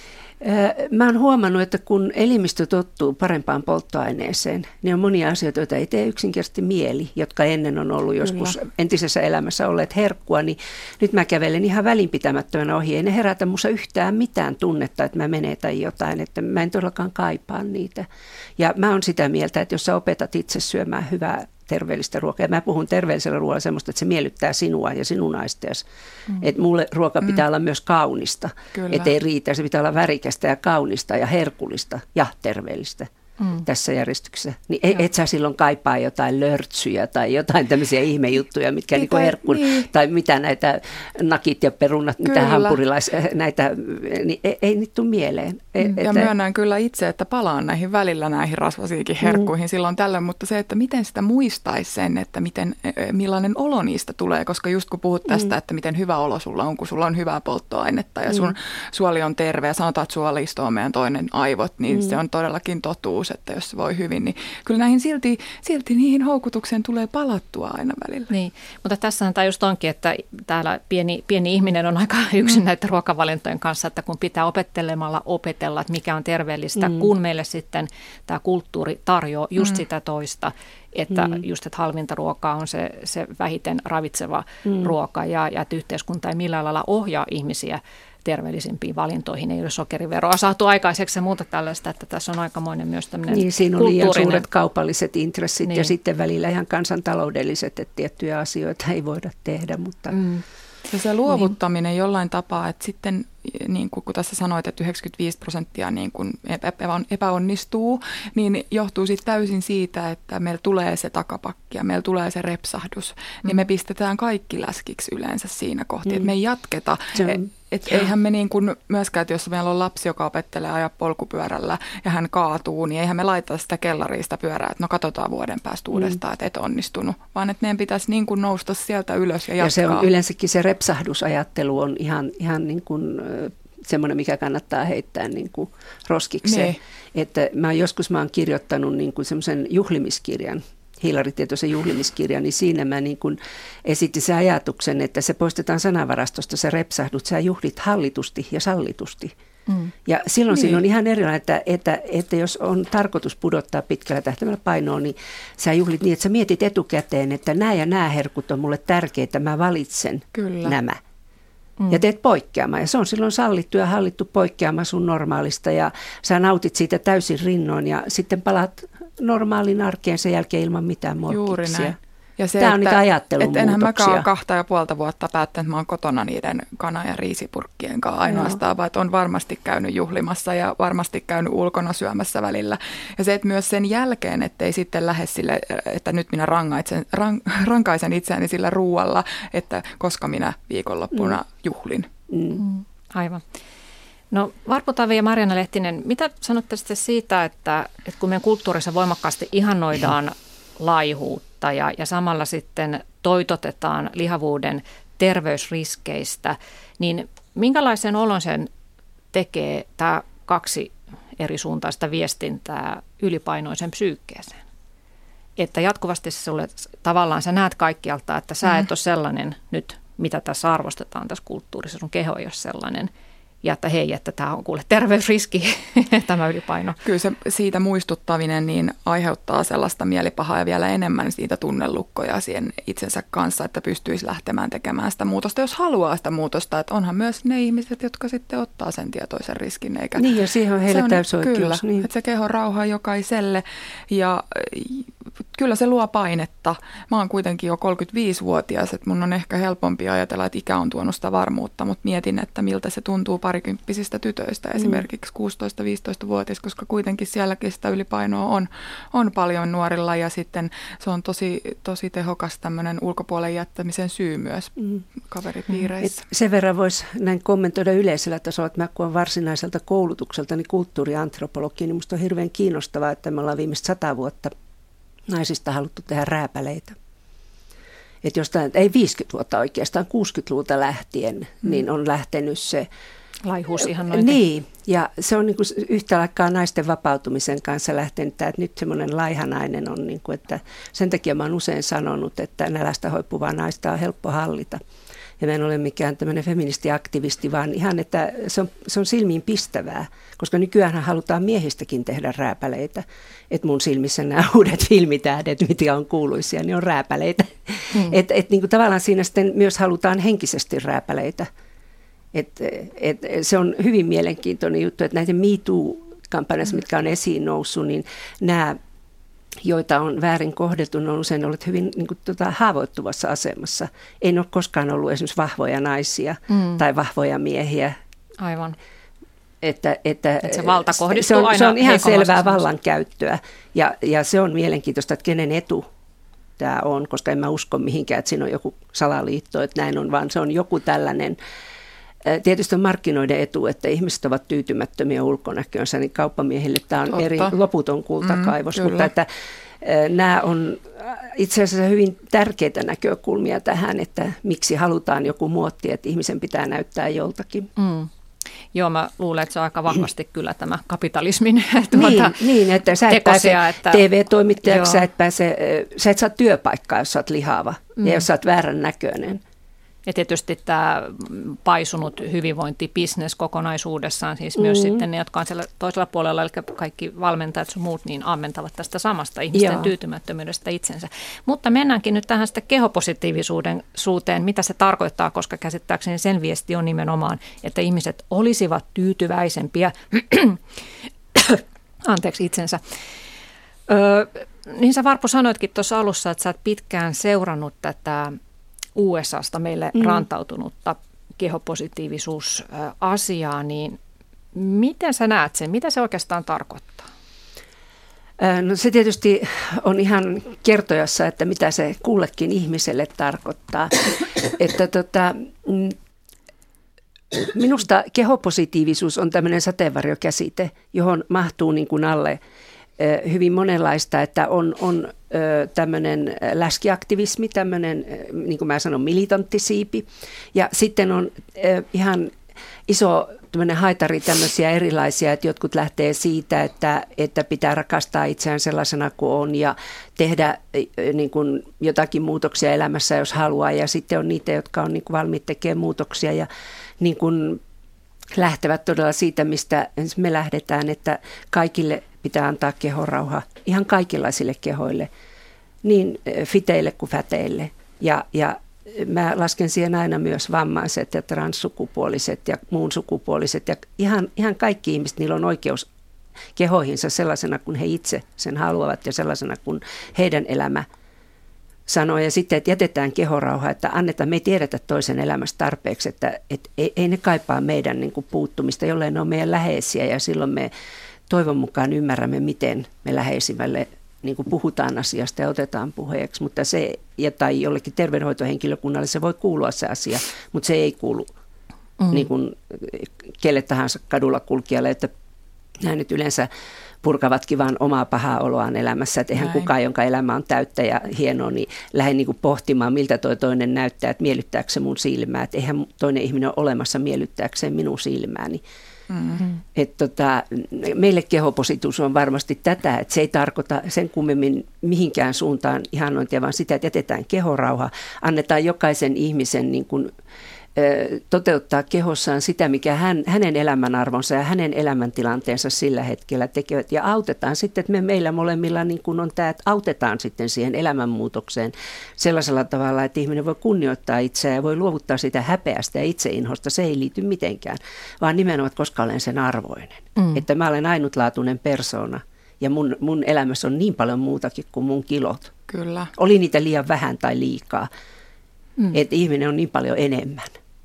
mä oon huomannut, että kun elimistö tottuu parempaan polttoaineeseen, niin on monia asioita, joita ei tee yksinkertaisesti mieli, jotka ennen on ollut joskus Kyllä. entisessä elämässä olleet herkkua, niin nyt mä kävelen ihan välinpitämättömänä ohi. Ei ne herätä musta yhtään mitään tunnetta, että mä menetän jotain, että mä en todellakaan kaipaa niitä. Ja mä oon sitä mieltä, että jos sä opetat itse syömään hyvää terveellistä ruokaa. Ja mä puhun terveellisellä ruoalla semmoista, että se miellyttää sinua ja sinun aisteasi. Mm. Että mulle ruoka pitää mm. olla myös kaunista. Että ei riitä, se pitää olla värikästä ja kaunista ja herkullista ja terveellistä. Mm. Tässä järjestyksessä, niin et, et sä silloin kaipaa jotain lörtsyjä tai jotain tämmöisiä ihmejuttuja, mitkä niin kuin herkkun, niin. tai mitä näitä nakit ja perunat, kyllä. mitä hampurilais, näitä, niin ei, ei niitä tule mieleen. E, ja että myönnän kyllä itse, että palaan näihin välillä näihin rasvasiinkin herkkuihin mm. silloin tällöin, mutta se, että miten sitä muistaisi sen, että miten, millainen olo niistä tulee, koska just kun puhut tästä, mm. että miten hyvä olo sulla on, kun sulla on hyvää polttoainetta ja sun mm. suoli on terve ja sanotaan, että suolisto on meidän toinen aivot, niin mm. se on todellakin totuus, että jos se voi hyvin, niin kyllä näihin silti, silti niihin houkutukseen tulee palattua aina välillä. Niin, mutta tässähän tämä just onkin, että täällä pieni, pieni ihminen on aika yksin mm. näiden ruokavalintojen kanssa, että kun pitää opettelemalla opetella, että mikä on terveellistä, mm. kun meille sitten tämä kulttuuri tarjoaa just mm. sitä toista, että mm. just, että halvinta ruokaa on se, se vähiten ravitseva mm. ruoka ja, ja että yhteiskunta ei millään lailla ohjaa ihmisiä terveellisimpiin valintoihin, ei ole sokeriveroa saatu aikaiseksi ja muuta tällaista, että tässä on aikamoinen myös tämmöinen niin, siinä on liian suuret kaupalliset intressit niin. ja sitten välillä ihan kansantaloudelliset, että tiettyjä asioita ei voida tehdä, mutta mm. ja se luovuttaminen niin. jollain tapaa, että sitten niin kuin kun tässä sanoit, että yhdeksänkymmentäviisi prosenttia niin kuin epäonnistuu, niin johtuu sitten täysin siitä, että meillä tulee se takapakki ja meillä tulee se repsahdus, mm. niin me pistetään kaikki läskiksi yleensä siinä kohti, mm. että me ei jatketa. Että eihän me niin kuin myöskään, että jos meillä on lapsi, joka opettelee ajaa polkupyörällä ja hän kaatuu, niin eihän me laita sitä kellariin sitä pyörää, että no katsotaan vuoden päästä uudestaan, mm. että et onnistunut, vaan että meidän pitäisi niin kuin nousta sieltä ylös ja jatkaa. Ja se on yleensäkin se repsahdusajattelu on ihan, ihan niin kuin semmoinen, mikä kannattaa heittää niin kuin roskikseen. Ne. Että mä joskus mä oon kirjoittanut niin kuin semmoisen juhlimiskirjan, hiilaritietoisen juhlimiskirjan, niin siinä mä niin kuin esitin sen ajatuksen, että se poistetaan sanavarastosta, se repsahdut, sä juhlit hallitusti ja sallitusti. Mm. Ja silloin niin. Siinä on ihan erilainen, että, että, että jos on tarkoitus pudottaa pitkällä tähtäimellä painoa, niin sä juhlit niin, että sä mietit etukäteen, että nämä ja nämä herkut on mulle tärkeitä, mä valitsen Kyllä. nämä. Mm. Ja teet poikkeama. Ja se on silloin sallittu ja hallittu poikkeama sun normaalista ja sä nautit siitä täysin rinnoin ja sitten palaat normaalin arkeen sen jälkeen ilman mitään morkkiksia. Juuri näin. Ja se, Tämä on että, niitä ajattelumuutoksia. Että enhän mäkään ole kahta ja puolta vuotta päättänyt, että mä oon kotona niiden kana- ja riisipurkkien kanssa ainoastaan, vaan on varmasti käynyt juhlimassa ja varmasti käynyt ulkona syömässä välillä. Ja se, että myös sen jälkeen, ettei sitten lähde sille, että nyt minä rangaitsen, rank, rankaisen itseäni sillä ruualla, että koska minä viikonloppuna mm. juhlin. Mm. Aivan. No Varpo Tavi ja Marjaana Lehtinen, mitä sanotte sitten siitä, että, että kun meidän kulttuurissa voimakkaasti ihannoidaan laihuutta ja, ja samalla sitten toitotetaan lihavuuden terveysriskeistä, niin minkälaisen olon sen tekee tämä kaksi eri suuntaista viestintää ylipainoisen psyykkeeseen? Että jatkuvasti sulle, tavallaan sä näet kaikkialta, että sä et ole sellainen nyt, mitä tässä arvostetaan tässä kulttuurissa, sun keho ei ole sellainen. Ja että hei, että tämä on kuule terveysriski, tämä ylipaino. Kyllä se siitä muistuttaminen niin aiheuttaa sellaista mielipahaa ja vielä enemmän siitä tunnelukkoja siihen itsensä kanssa, että pystyisi lähtemään tekemään sitä muutosta, jos haluaa sitä muutosta. Että onhan myös ne ihmiset, jotka sitten ottaa sen tietoisen riskin. Eikä niin ja siihen on heille täysoikeus. Kyllä, niin. Että se keho rauhaa jokaiselle ja kyllä se luo painetta. Mä oon kuitenkin jo kolmekymmentäviisivuotias, että mun on ehkä helpompi ajatella, että ikä on tuonut sitä varmuutta, mutta mietin, että miltä se tuntuu parikymppisistä tytöistä, mm. esimerkiksi kuusitoista-viisitoista-vuotias, koska kuitenkin sielläkin sitä ylipainoa on, on paljon nuorilla ja sitten se on tosi, tosi tehokas tämmöinen ulkopuolen jättämisen syy myös mm. kaveripiireissä. Et sen verran voisi näin kommentoida yleisellä tasolla, että mä kun olen varsinaiselta koulutukselta niin kulttuuriantropologi, niin musta on hirveän kiinnostavaa, että me ollaan viimeistä sata vuotta naisista haluttu tehdä rääpäleitä. Että jostain, ei viisikymmentä vuotta oikeastaan, kuusikymmentäluvulta lähtien, mm. niin on lähtenyt se laihuus ihan noin. Niin, ja se on niin kuin yhtä aikaa naisten vapautumisen kanssa lähtenyt, että nyt semmoinen laihanainen on, niin kuin, että sen takia mä oon usein sanonut, että nälästä hoipuvaa naista on helppo hallita. Ja mä en ole mikään tämmöinen feministiaktivisti, vaan ihan, että se on, se on silmiin pistävää, koska nykyään halutaan miehistäkin tehdä rääpäleitä. Että mun silmissä nämä uudet filmitähdet, mitä on kuuluisia, niin on rääpäleitä. Hmm. Että et, niin kuin tavallaan siinä sitten myös halutaan henkisesti rääpäleitä. Et, et, se on hyvin mielenkiintoinen juttu, että näiden Me Too-kampanjassa, mitkä on esiin noussut, niin nämä, joita on väärin kohdeltu, ne on usein ollut hyvin niin kuin, tota, haavoittuvassa asemassa. Ei ole koskaan ollut esimerkiksi vahvoja naisia mm. tai vahvoja miehiä. Aivan. Että, että, että se valta kohdistuu se on, aina se on ihan selvää asemassa. Vallankäyttöä ja, ja se on mielenkiintoista, että kenen etu tämä on, koska en mä usko mihinkään, että siinä on joku salaliitto, että näin on, vaan se on joku tällainen. Tietysti on markkinoiden etu, että ihmiset ovat tyytymättömiä ulkonäköönsä, niin kauppamiehille tämä on Totta. eri loputon kultakaivos, mm, mutta että nämä on itse asiassa hyvin tärkeitä näkökulmia tähän, että miksi halutaan joku muotti, että ihmisen pitää näyttää joltakin. Mm. Joo, mä luulen, että se on aika vahvasti kyllä tämä kapitalismin tuota, niin, niin, että sä et pääse että, T V-toimittajaksi, sä et, pääse, sä et saa työpaikkaa, jos sä oot lihava mm. ja jos sä oot väärän näköinen. Ja tietysti tämä paisunut hyvinvointibisnes kokonaisuudessaan, siis mm. myös sitten ne, jotka on siellä toisella puolella, eli kaikki valmentajat sun muut, niin ammentavat tästä samasta ihmisten Joo. tyytymättömyydestä itsensä. Mutta mennäänkin nyt tähän sitten kehopositiivisuuden suuteen, mitä se tarkoittaa, koska käsittääkseni sen viesti on nimenomaan, että ihmiset olisivat tyytyväisempiä, anteeksi itsensä. Öö, niin sä Varpo sanoitkin tuossa alussa, että sä oot pitkään seurannut tätä U S A:sta meille mm. rantautunutta kehopositiivisuusasiaa, niin miten sä näet sen? Mitä se oikeastaan tarkoittaa? No se tietysti on ihan kertojassa, että mitä se kullekin ihmiselle tarkoittaa. että tota, minusta kehopositiivisuus on tämmöinen sateenvarjokäsite, johon mahtuu niin kuin alle hyvin monenlaista, että on, on tämmöinen läskiaktivismi, tämmöinen, niin kuin mä sanon, militanttisiipi. Ja sitten on ihan iso tämmöinen haitari tämmöisiä erilaisia, että jotkut lähtee siitä, että, että pitää rakastaa itseään sellaisena kuin on ja tehdä niin kuin jotakin muutoksia elämässä, jos haluaa. Ja sitten on niitä, jotka on niin kuin valmiit tekemään muutoksia ja niin kuin lähtevät todella siitä, mistä me lähdetään, että kaikille pitää antaa kehorauha, ihan kaikenlaisille kehoille, niin fiteille kuin fäteille. Ja, ja mä lasken siihen aina myös vammaiset ja transsukupuoliset ja muun sukupuoliset ja ihan, ihan kaikki ihmiset, niillä on oikeus kehoihinsa sellaisena kuin he itse sen haluavat ja sellaisena kuin heidän elämä sanoo. Ja sitten, että jätetään kehorauha, että annetaan, me ei tiedetä toisen elämästä tarpeeksi, että, että ei, ei ne kaipaa meidän niin kuin puuttumista, jollei ne on meidän läheisiä ja silloin me toivon mukaan ymmärrämme, miten me läheisimmälle niin kuin puhutaan asiasta ja otetaan puheeksi, mutta se, ja tai jollekin terveydenhoitohenkilökunnalle se voi kuulua se asia, mutta se ei kuulu mm. niin kuin kelle tahansa kadulla kulkijalle, että nämä nyt yleensä purkavatkin vaan omaa pahaa oloaan elämässä, että eihän Näin. kukaan, jonka elämä on täyttä ja hienoa, niin lähde niin kuin pohtimaan, miltä toi toinen näyttää, että miellyttääkö se mun silmää, että eihän toinen ihminen ole olemassa miellyttääkseen minun silmääni. Mm-hmm. Että tota, meille kehopositiivisuus on varmasti tätä, että se ei tarkoita sen kummemmin mihinkään suuntaan ihannointia, vaan sitä, että jätetään kehorauha, annetaan jokaisen ihmisen niin kuin, ö, toteuttaa kehossaan sitä, mikä hän, hänen elämänarvonsa ja hänen elämäntilanteensa sillä hetkellä tekevät. Ja autetaan sitten, että me meillä molemmilla niin kuin on tämä, että autetaan sitten siihen elämänmuutokseen sellaisella tavalla, että ihminen voi kunnioittaa itseään ja voi luovuttaa sitä häpeästä ja itseinhosta. Se ei liity mitenkään, vaan nimenomaan, koska olen sen arvoinen. Mm. Että mä olen ainutlaatuinen persoona ja mun, mun elämässä on niin paljon muutakin kuin mun kilot. Kyllä. Oli niitä liian vähän tai liikaa, mm. että ihminen on niin paljon enemmän.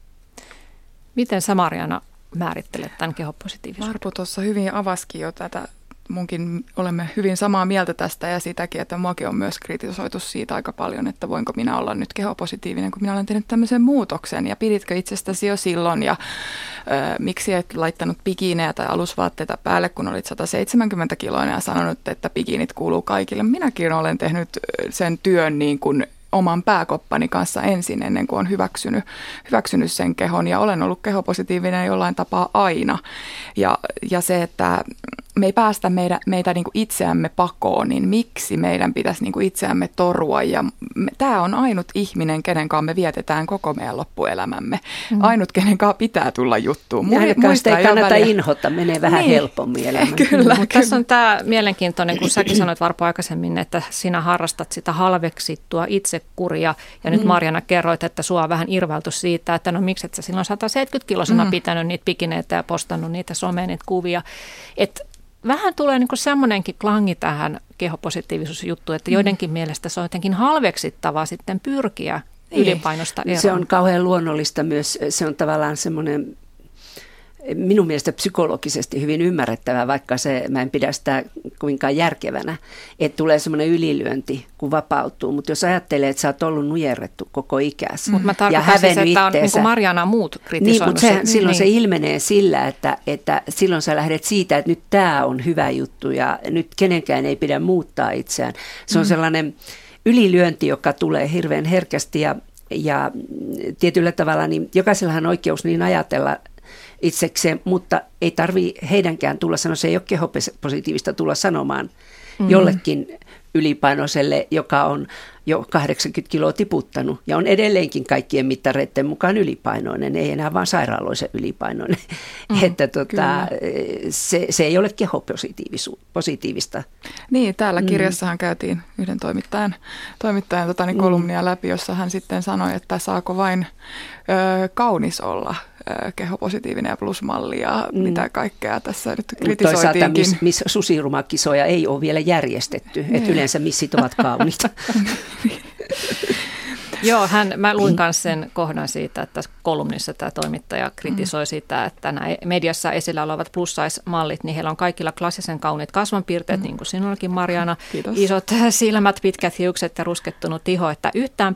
Miten sä, Marjaana, määrittelet tämän kehopositiivisuuden? Marpu tuossa hyvin avasikin jo tätä. Munkin olemme hyvin samaa mieltä tästä ja sitäkin, että muakin on myös kritisoitu siitä aika paljon, että voinko minä olla nyt kehopositiivinen, kun minä olen tehnyt tämmöisen muutoksen ja piditkö itsestäsi jo silloin ja ö, miksi et laittanut bikinejä tai alusvaatteita päälle, kun olit sata seitsemänkymmentä kiloinen ja sanonut, että bikinit kuuluu kaikille. Minäkin olen tehnyt sen työn niin kuin oman pääkoppani kanssa ensin ennen kuin olen hyväksynyt, hyväksynyt sen kehon ja olen ollut kehopositiivinen jollain tapaa aina. Ja, ja se, että me ei päästä meitä, meitä niin kuin itseämme pakoon, niin miksi meidän pitäisi niin kuin itseämme torua? Ja me, tämä on ainut ihminen, kenen kanssa me vietetään koko meidän loppuelämämme. Mm. Ainut, kenen kanssa pitää tulla juttuun. Ja ainakaan sitä ei kannata väliä inhota, menee vähän niin helpommin elämään. Kyllä, kyllä. Mutta tässä on tämä mielenkiintoinen, kun säkin sanoit, Varpo, aikaisemmin, että sinä harrastat sitä halveksittua itsekuria. Ja nyt, Marjaana, kerroit, että sua on vähän irvailtu siitä, että no miksi et sä silloin sata seitsemänkymmentä kilosena mm. pitänyt niitä bikineitä ja postannut niitä someen, niitä kuvia. Että vähän tulee niin kuin semmoinenkin klangi tähän kehopositiivisuusjuttuun, että joidenkin mm. mielestä se on jotenkin halveksittavaa sitten pyrkiä ylipainosta eroon. Se on kauhean luonnollista myös, se on tavallaan semmoinen minun mielestä psykologisesti hyvin ymmärrettävää, vaikka se, mä en pidä sitä kuinkaan järkevänä, että tulee semmoinen ylilyönti, kun vapautuu. Mutta jos ajattelee, että sä oot ollut nujerrettu koko ikäsi mm. ja hävennyt itteensä. Mutta niin Marjaana muut kritisoinut. Niin, se, silloin niin. se ilmenee sillä, että, että silloin sä lähdet siitä, että nyt tämä on hyvä juttu ja nyt kenenkään ei pidä muuttaa itseään. Se on mm. sellainen ylilyönti, joka tulee hirveän herkästi ja, ja tietyllä tavalla niin jokaisellahan on oikeus niin ajatella itsekseen, mutta ei tarvitse heidänkään tulla sanoa, se ei ole kehopositiivista tulla sanomaan mm-hmm. jollekin ylipainoiselle, joka on jo kahdeksankymmentä kiloa tiputtanut ja on edelleenkin kaikkien mittareiden mukaan ylipainoinen, ei enää vaan sairaaloisen ylipainoinen. Mm, että tota, se, se ei ole kehopositiivista. Niin, täällä kirjassahan mm. käytiin yhden toimittajan, toimittajan tota, niin kolumnia läpi, jossa hän sitten sanoi, että saako vain ö, kaunis olla kehopositiivinen ja plusmalli ja mm. mitä kaikkea tässä nyt kritisoitiinkin. Toisaalta miss, miss susirumakisoja ei ole vielä järjestetty, että yleensä missit ovat kauniita. Joo, hän, mä luin myös sen kohdan siitä, että kolumnissa tämä toimittaja kritisoi mm. sitä, että nämä mediassa esillä olevat plus-size-mallit, niin heillä on kaikilla klassisen kauniit kasvonpiirteet, mm. niin kuin sinullakin, Marjaana. Kiitos. Isot silmät, pitkät hiukset ja ruskettunut iho, että yhtään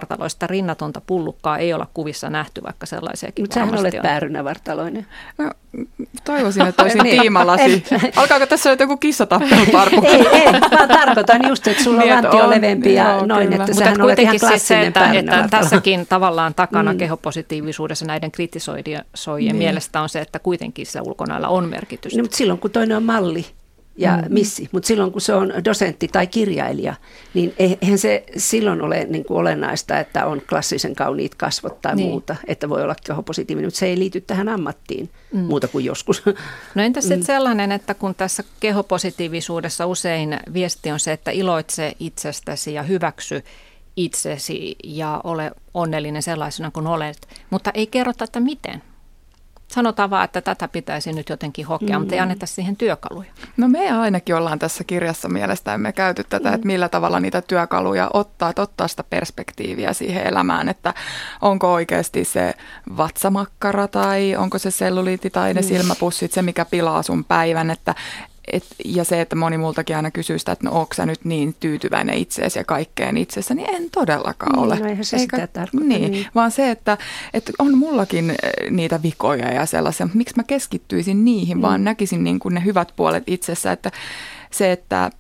päärynävartaloista rinnatonta pullukkaa ei olla kuvissa nähty, vaikka sellaisiakin Mutta sähän olet päärynävartaloinen. No, Toivoisin, että olisin niin. tiimalasi. Alkaako tässä olla joku kissatappelu, Parpu? ei, ei. Mä tarkoitan just, että sulla niin, on lantti on leveämpi ja joo, noin, kyllä. Että mutta sähän olet ihan klassinen se, että, että tässäkin tavallaan takana mm. kehopositiivisuudessa näiden kritisoijien niin. mielestä on se, että kuitenkin sillä ulkonäöllä on merkitystä. No, mutta silloin kun toinen on malli ja mm. missi, mutta silloin kun se on dosentti tai kirjailija, niin eihän se silloin ole niin kuin olennaista, että on klassisen kauniit kasvot tai niin. muuta, että voi olla kehopositiivinen, mutta se ei liity tähän ammattiin mm. muuta kuin joskus. No entäs sitten mm. sellainen, että kun tässä kehopositiivisuudessa usein viesti on se, että iloitse itsestäsi ja hyväksy itsesi ja ole onnellinen sellaisena kuin olet, mutta ei kerrota, että miten. Sanotaan vaan, että tätä pitäisi nyt jotenkin hokea, mm. mutta ei anneta siihen työkaluja. No me ainakin ollaan tässä kirjassa mielestämme käyty tätä, mm. että millä tavalla niitä työkaluja ottaa, että ottaa sitä perspektiiviä siihen elämään, että onko oikeasti se vatsamakkara tai onko se selluliitti tai ne mm. silmäpussit se, mikä pilaa sun päivän, että Et, ja se, että moni multakin aina kysyy sitä, että no ootko sä nyt niin tyytyväinen itseesi ja kaikkeen itsessä, niin en todellakaan ole. No eihän se Eikä, sitä tarkoita. Niin, niin. Vaan se, että, että on mullakin niitä vikoja ja sellaisia, mutta miksi mä keskittyisin niihin, mm. vaan näkisin niin kuin ne hyvät puolet itsessä, että se, että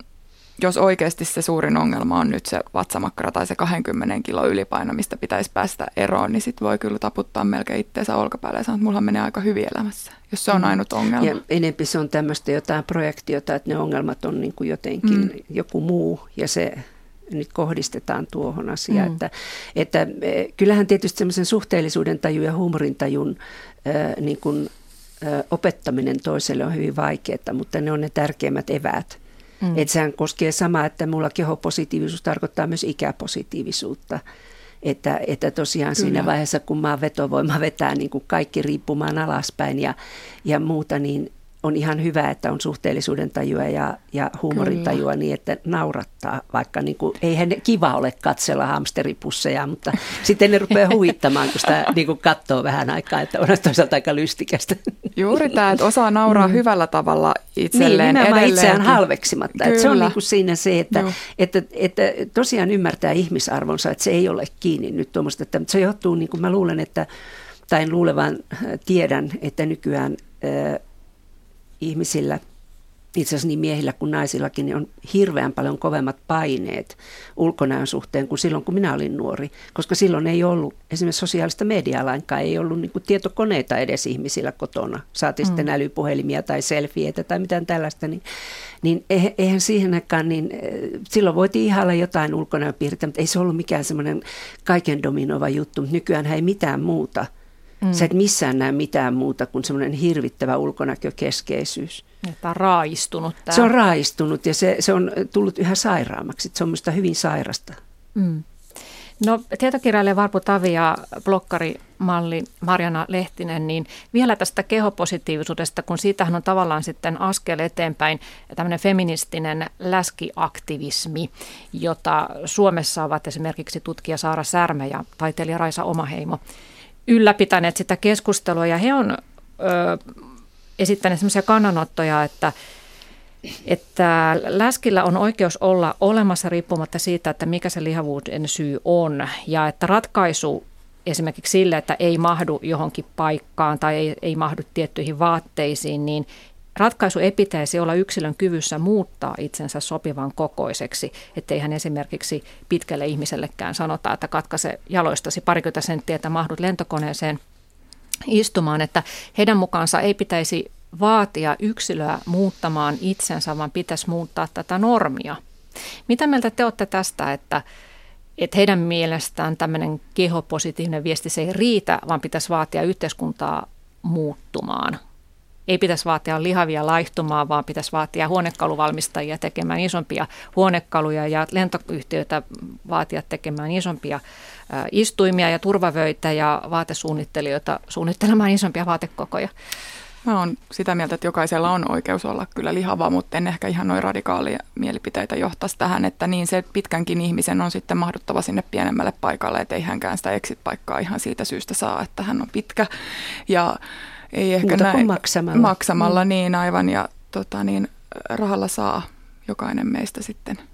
jos oikeasti se suurin ongelma on nyt se vatsamakkara tai se kaksikymmentä kilo ylipaino, mistä pitäisi päästä eroon, niin sitten voi kyllä taputtaa melkein itseensä olkapäälle ja sanoa, että mullahan menee aika hyvin elämässä, jos se on ainut ongelma. Ja enempi se on tämmöistä jotain projektiota, että ne ongelmat on niin kuin jotenkin mm. joku muu ja se nyt kohdistetaan tuohon asiaan. Mm. Että, että kyllähän tietysti semmoisen suhteellisuuden tajun ja huumorintajun äh, niin kuin, äh, opettaminen toiselle on hyvin vaikeaa, mutta ne on ne tärkeimmät eväät. Mm. Että sehän koskee samaa, että mulla kehopositiivisuus tarkoittaa myös ikäpositiivisuutta. Että, että tosiaan Kyllä. siinä vaiheessa, kun maan vetovoima vetää niin kuin kaikki riippumaan alaspäin ja, ja muuta, niin on ihan hyvä, että on suhteellisuuden tajua ja, ja huumorintajua niin, että naurattaa, vaikka niin kuin, eihän ne kiva ole katsella hamsteripusseja, mutta sitten ne rupeaa huvittamaan, kun sitä niin kuin katsoo vähän aikaa, että on toisaalta aika lystikästä. Juuri tämä, että osaa nauraa mm. hyvällä tavalla itselleen niin, edelleenkin. itseään halveksimatta. Että se on niin kuin siinä se, että, että, että, että tosiaan ymmärtää ihmisarvonsa, että se ei ole kiinni nyt tuommoista. Että se johtuu, niin kuin mä luulen, että, tai luulevan tiedän, että nykyään ihmisillä, itse asiassa niin miehillä kuin naisillakin, niin on hirveän paljon kovemmat paineet ulkonäön suhteen kuin silloin, kun minä olin nuori. Koska silloin ei ollut esimerkiksi sosiaalista mediaa lainkaan, ei ollut niin kuin tietokoneita edes ihmisillä kotona. Saatiin mm. sitten älypuhelimia tai selfieitä tai mitään tällaista. Niin, niin eihän siihen aikaan, niin silloin voitiin ihailla jotain ulkonäöpiirteitä, mutta ei se ollut mikään semmoinen kaiken dominoiva juttu. Mutta nykyään ei mitään muuta. Mm. Sä et missään näe mitään muuta kuin semmoinen hirvittävä ulkonäkökeskeisyys. Tämä on raaistunut. Tämä. Se on raaistunut ja se, se on tullut yhä sairaammaksi. Se on minusta hyvin sairasta. Mm. No tietokirjailija Varpu Tavi ja blokkarimalli Marjana Lehtinen, niin vielä tästä kehopositiivisuudesta, kun siitähän on tavallaan sitten askel eteenpäin tämmöinen feministinen läskiaktivismi, jota Suomessa ovat esimerkiksi tutkija Saara Särmä ja taiteilija Raisa Omaheimo ylläpitäneet sitä keskustelua, ja he on ö, esittäneet sellaisia kannanottoja, että, että läskillä on oikeus olla olemassa riippumatta siitä, että mikä se lihavuuden syy on, ja että ratkaisu esimerkiksi sille, että ei mahdu johonkin paikkaan tai ei, ei mahdu tiettyihin vaatteisiin, niin ratkaisu ei pitäisi olla yksilön kyvyssä muuttaa itsensä sopivan kokoiseksi, ettei hän esimerkiksi pitkälle ihmisellekään sanota, että katkaise jaloistasi parikymmentä senttiä, että mahdut lentokoneeseen istumaan, että heidän mukaansa ei pitäisi vaatia yksilöä muuttamaan itsensä, vaan pitäisi muuttaa tätä normia. Mitä mieltä te olette tästä, että, että heidän mielestään tämmöinen kehopositiivinen viesti se ei riitä, vaan pitäisi vaatia yhteiskuntaa muuttumaan? Ei pitäisi vaatia lihavia laihtumaan, vaan pitäisi vaatia huonekaluvalmistajia tekemään isompia huonekaluja ja lentoyhtiöitä vaatia tekemään isompia istuimia ja turvavöitä ja vaatesuunnittelijoita suunnittelemaan isompia vaatekokoja. Mä oon sitä mieltä, että jokaisella on oikeus olla kyllä lihava, mutta en ehkä ihan noin radikaalia mielipiteitä johtaisi tähän, että niin se pitkänkin ihmisen on sitten mahduttava sinne pienemmälle paikalle, että ei hänkään sitä exit-paikkaa ihan siitä syystä saa, että hän on pitkä ja ei ehkä Muuta näin maksamalla. Maksamalla, mm. niin aivan, ja tota, niin, rahalla saa jokainen meistä sitten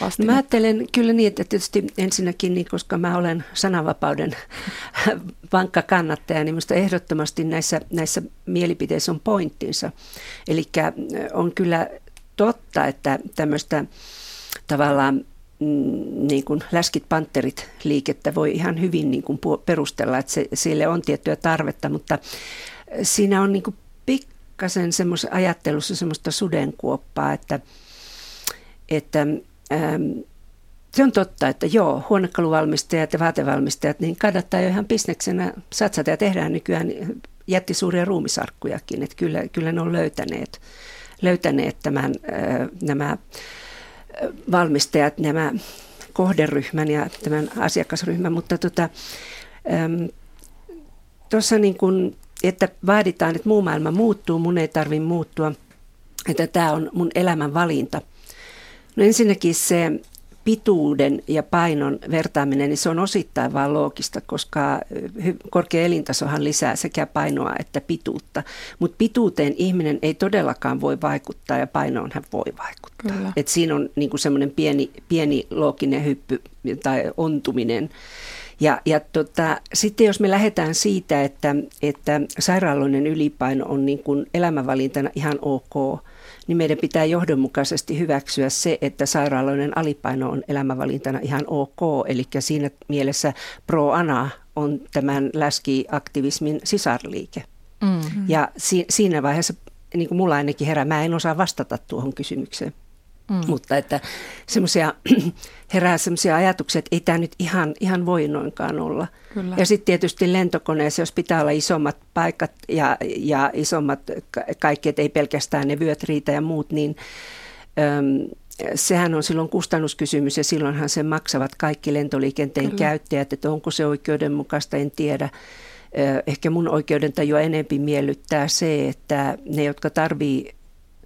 No mä ajattelen kyllä niin, että tietysti ensinnäkin, niin koska mä olen sananvapauden vankka kannattaja, niin minusta ehdottomasti näissä, näissä mielipiteissä on pointtinsa. Eli on kyllä totta, että tämmöistä tavallaan niin kuin läskit panterit liikettä voi ihan hyvin niin kuin perustella, että se, sille on tiettyä tarvetta, mutta siinä on niin kuin pikkasen semmoisessa ajattelussa semmoista sudenkuoppaa, että, että ähm, se on totta, että joo, huonekaluvalmistajat ja vaatevalmistajat, niin kannattaa jo ihan bisneksenä satsata ja tehdään nykyään jättisuuria ruumisarkkujakin, että kyllä, kyllä ne on löytäneet, löytäneet tämän, äh, nämä valmistajat, nämä kohderyhmän ja tämän asiakasryhmän, mutta tuota, tuossa niin kuin, että vaaditaan, että muu maailma muuttuu, mun ei tarvitse muuttua, että tämä on mun elämän valinta. No ensinnäkin se pituuden ja painon vertaaminen, niin se on osittain vaan loogista, koska korkea elintasohan lisää sekä painoa että pituutta. Mutta pituuteen ihminen ei todellakaan voi vaikuttaa ja painoon hän voi vaikuttaa. Et siinä on niinku semmoinen pieni, pieni looginen hyppy tai ontuminen. Ja, ja tota, sitten jos me lähdetään siitä, että, että sairaaloinen ylipaino on niin kuin elämänvalintana ihan ok, niin meidän pitää johdonmukaisesti hyväksyä se, että sairaaloinen alipaino on elämänvalintana ihan ok. Eli siinä mielessä pro-ana on tämän läskiaktivismin sisarliike. Mm-hmm. Ja si- siinä vaiheessa, niin kuin mulla ainakin herää, mä en osaa vastata tuohon kysymykseen. Mm. Mutta että semmoisia herää semmoisia ajatuksia, että ei tämä nyt ihan, ihan voi noinkaan olla. Kyllä. Ja sitten tietysti lentokoneessa, jos pitää olla isommat paikat ja, ja isommat kaikki, että ei pelkästään ne vyöt riitä ja muut, niin äm, sehän on silloin kustannuskysymys ja silloinhan sen maksavat kaikki lentoliikenteen Kyllä. käyttäjät, että onko se oikeudenmukaista, en tiedä. Ehkä mun oikeudentajua enempi miellyttää se, että ne, jotka tarvii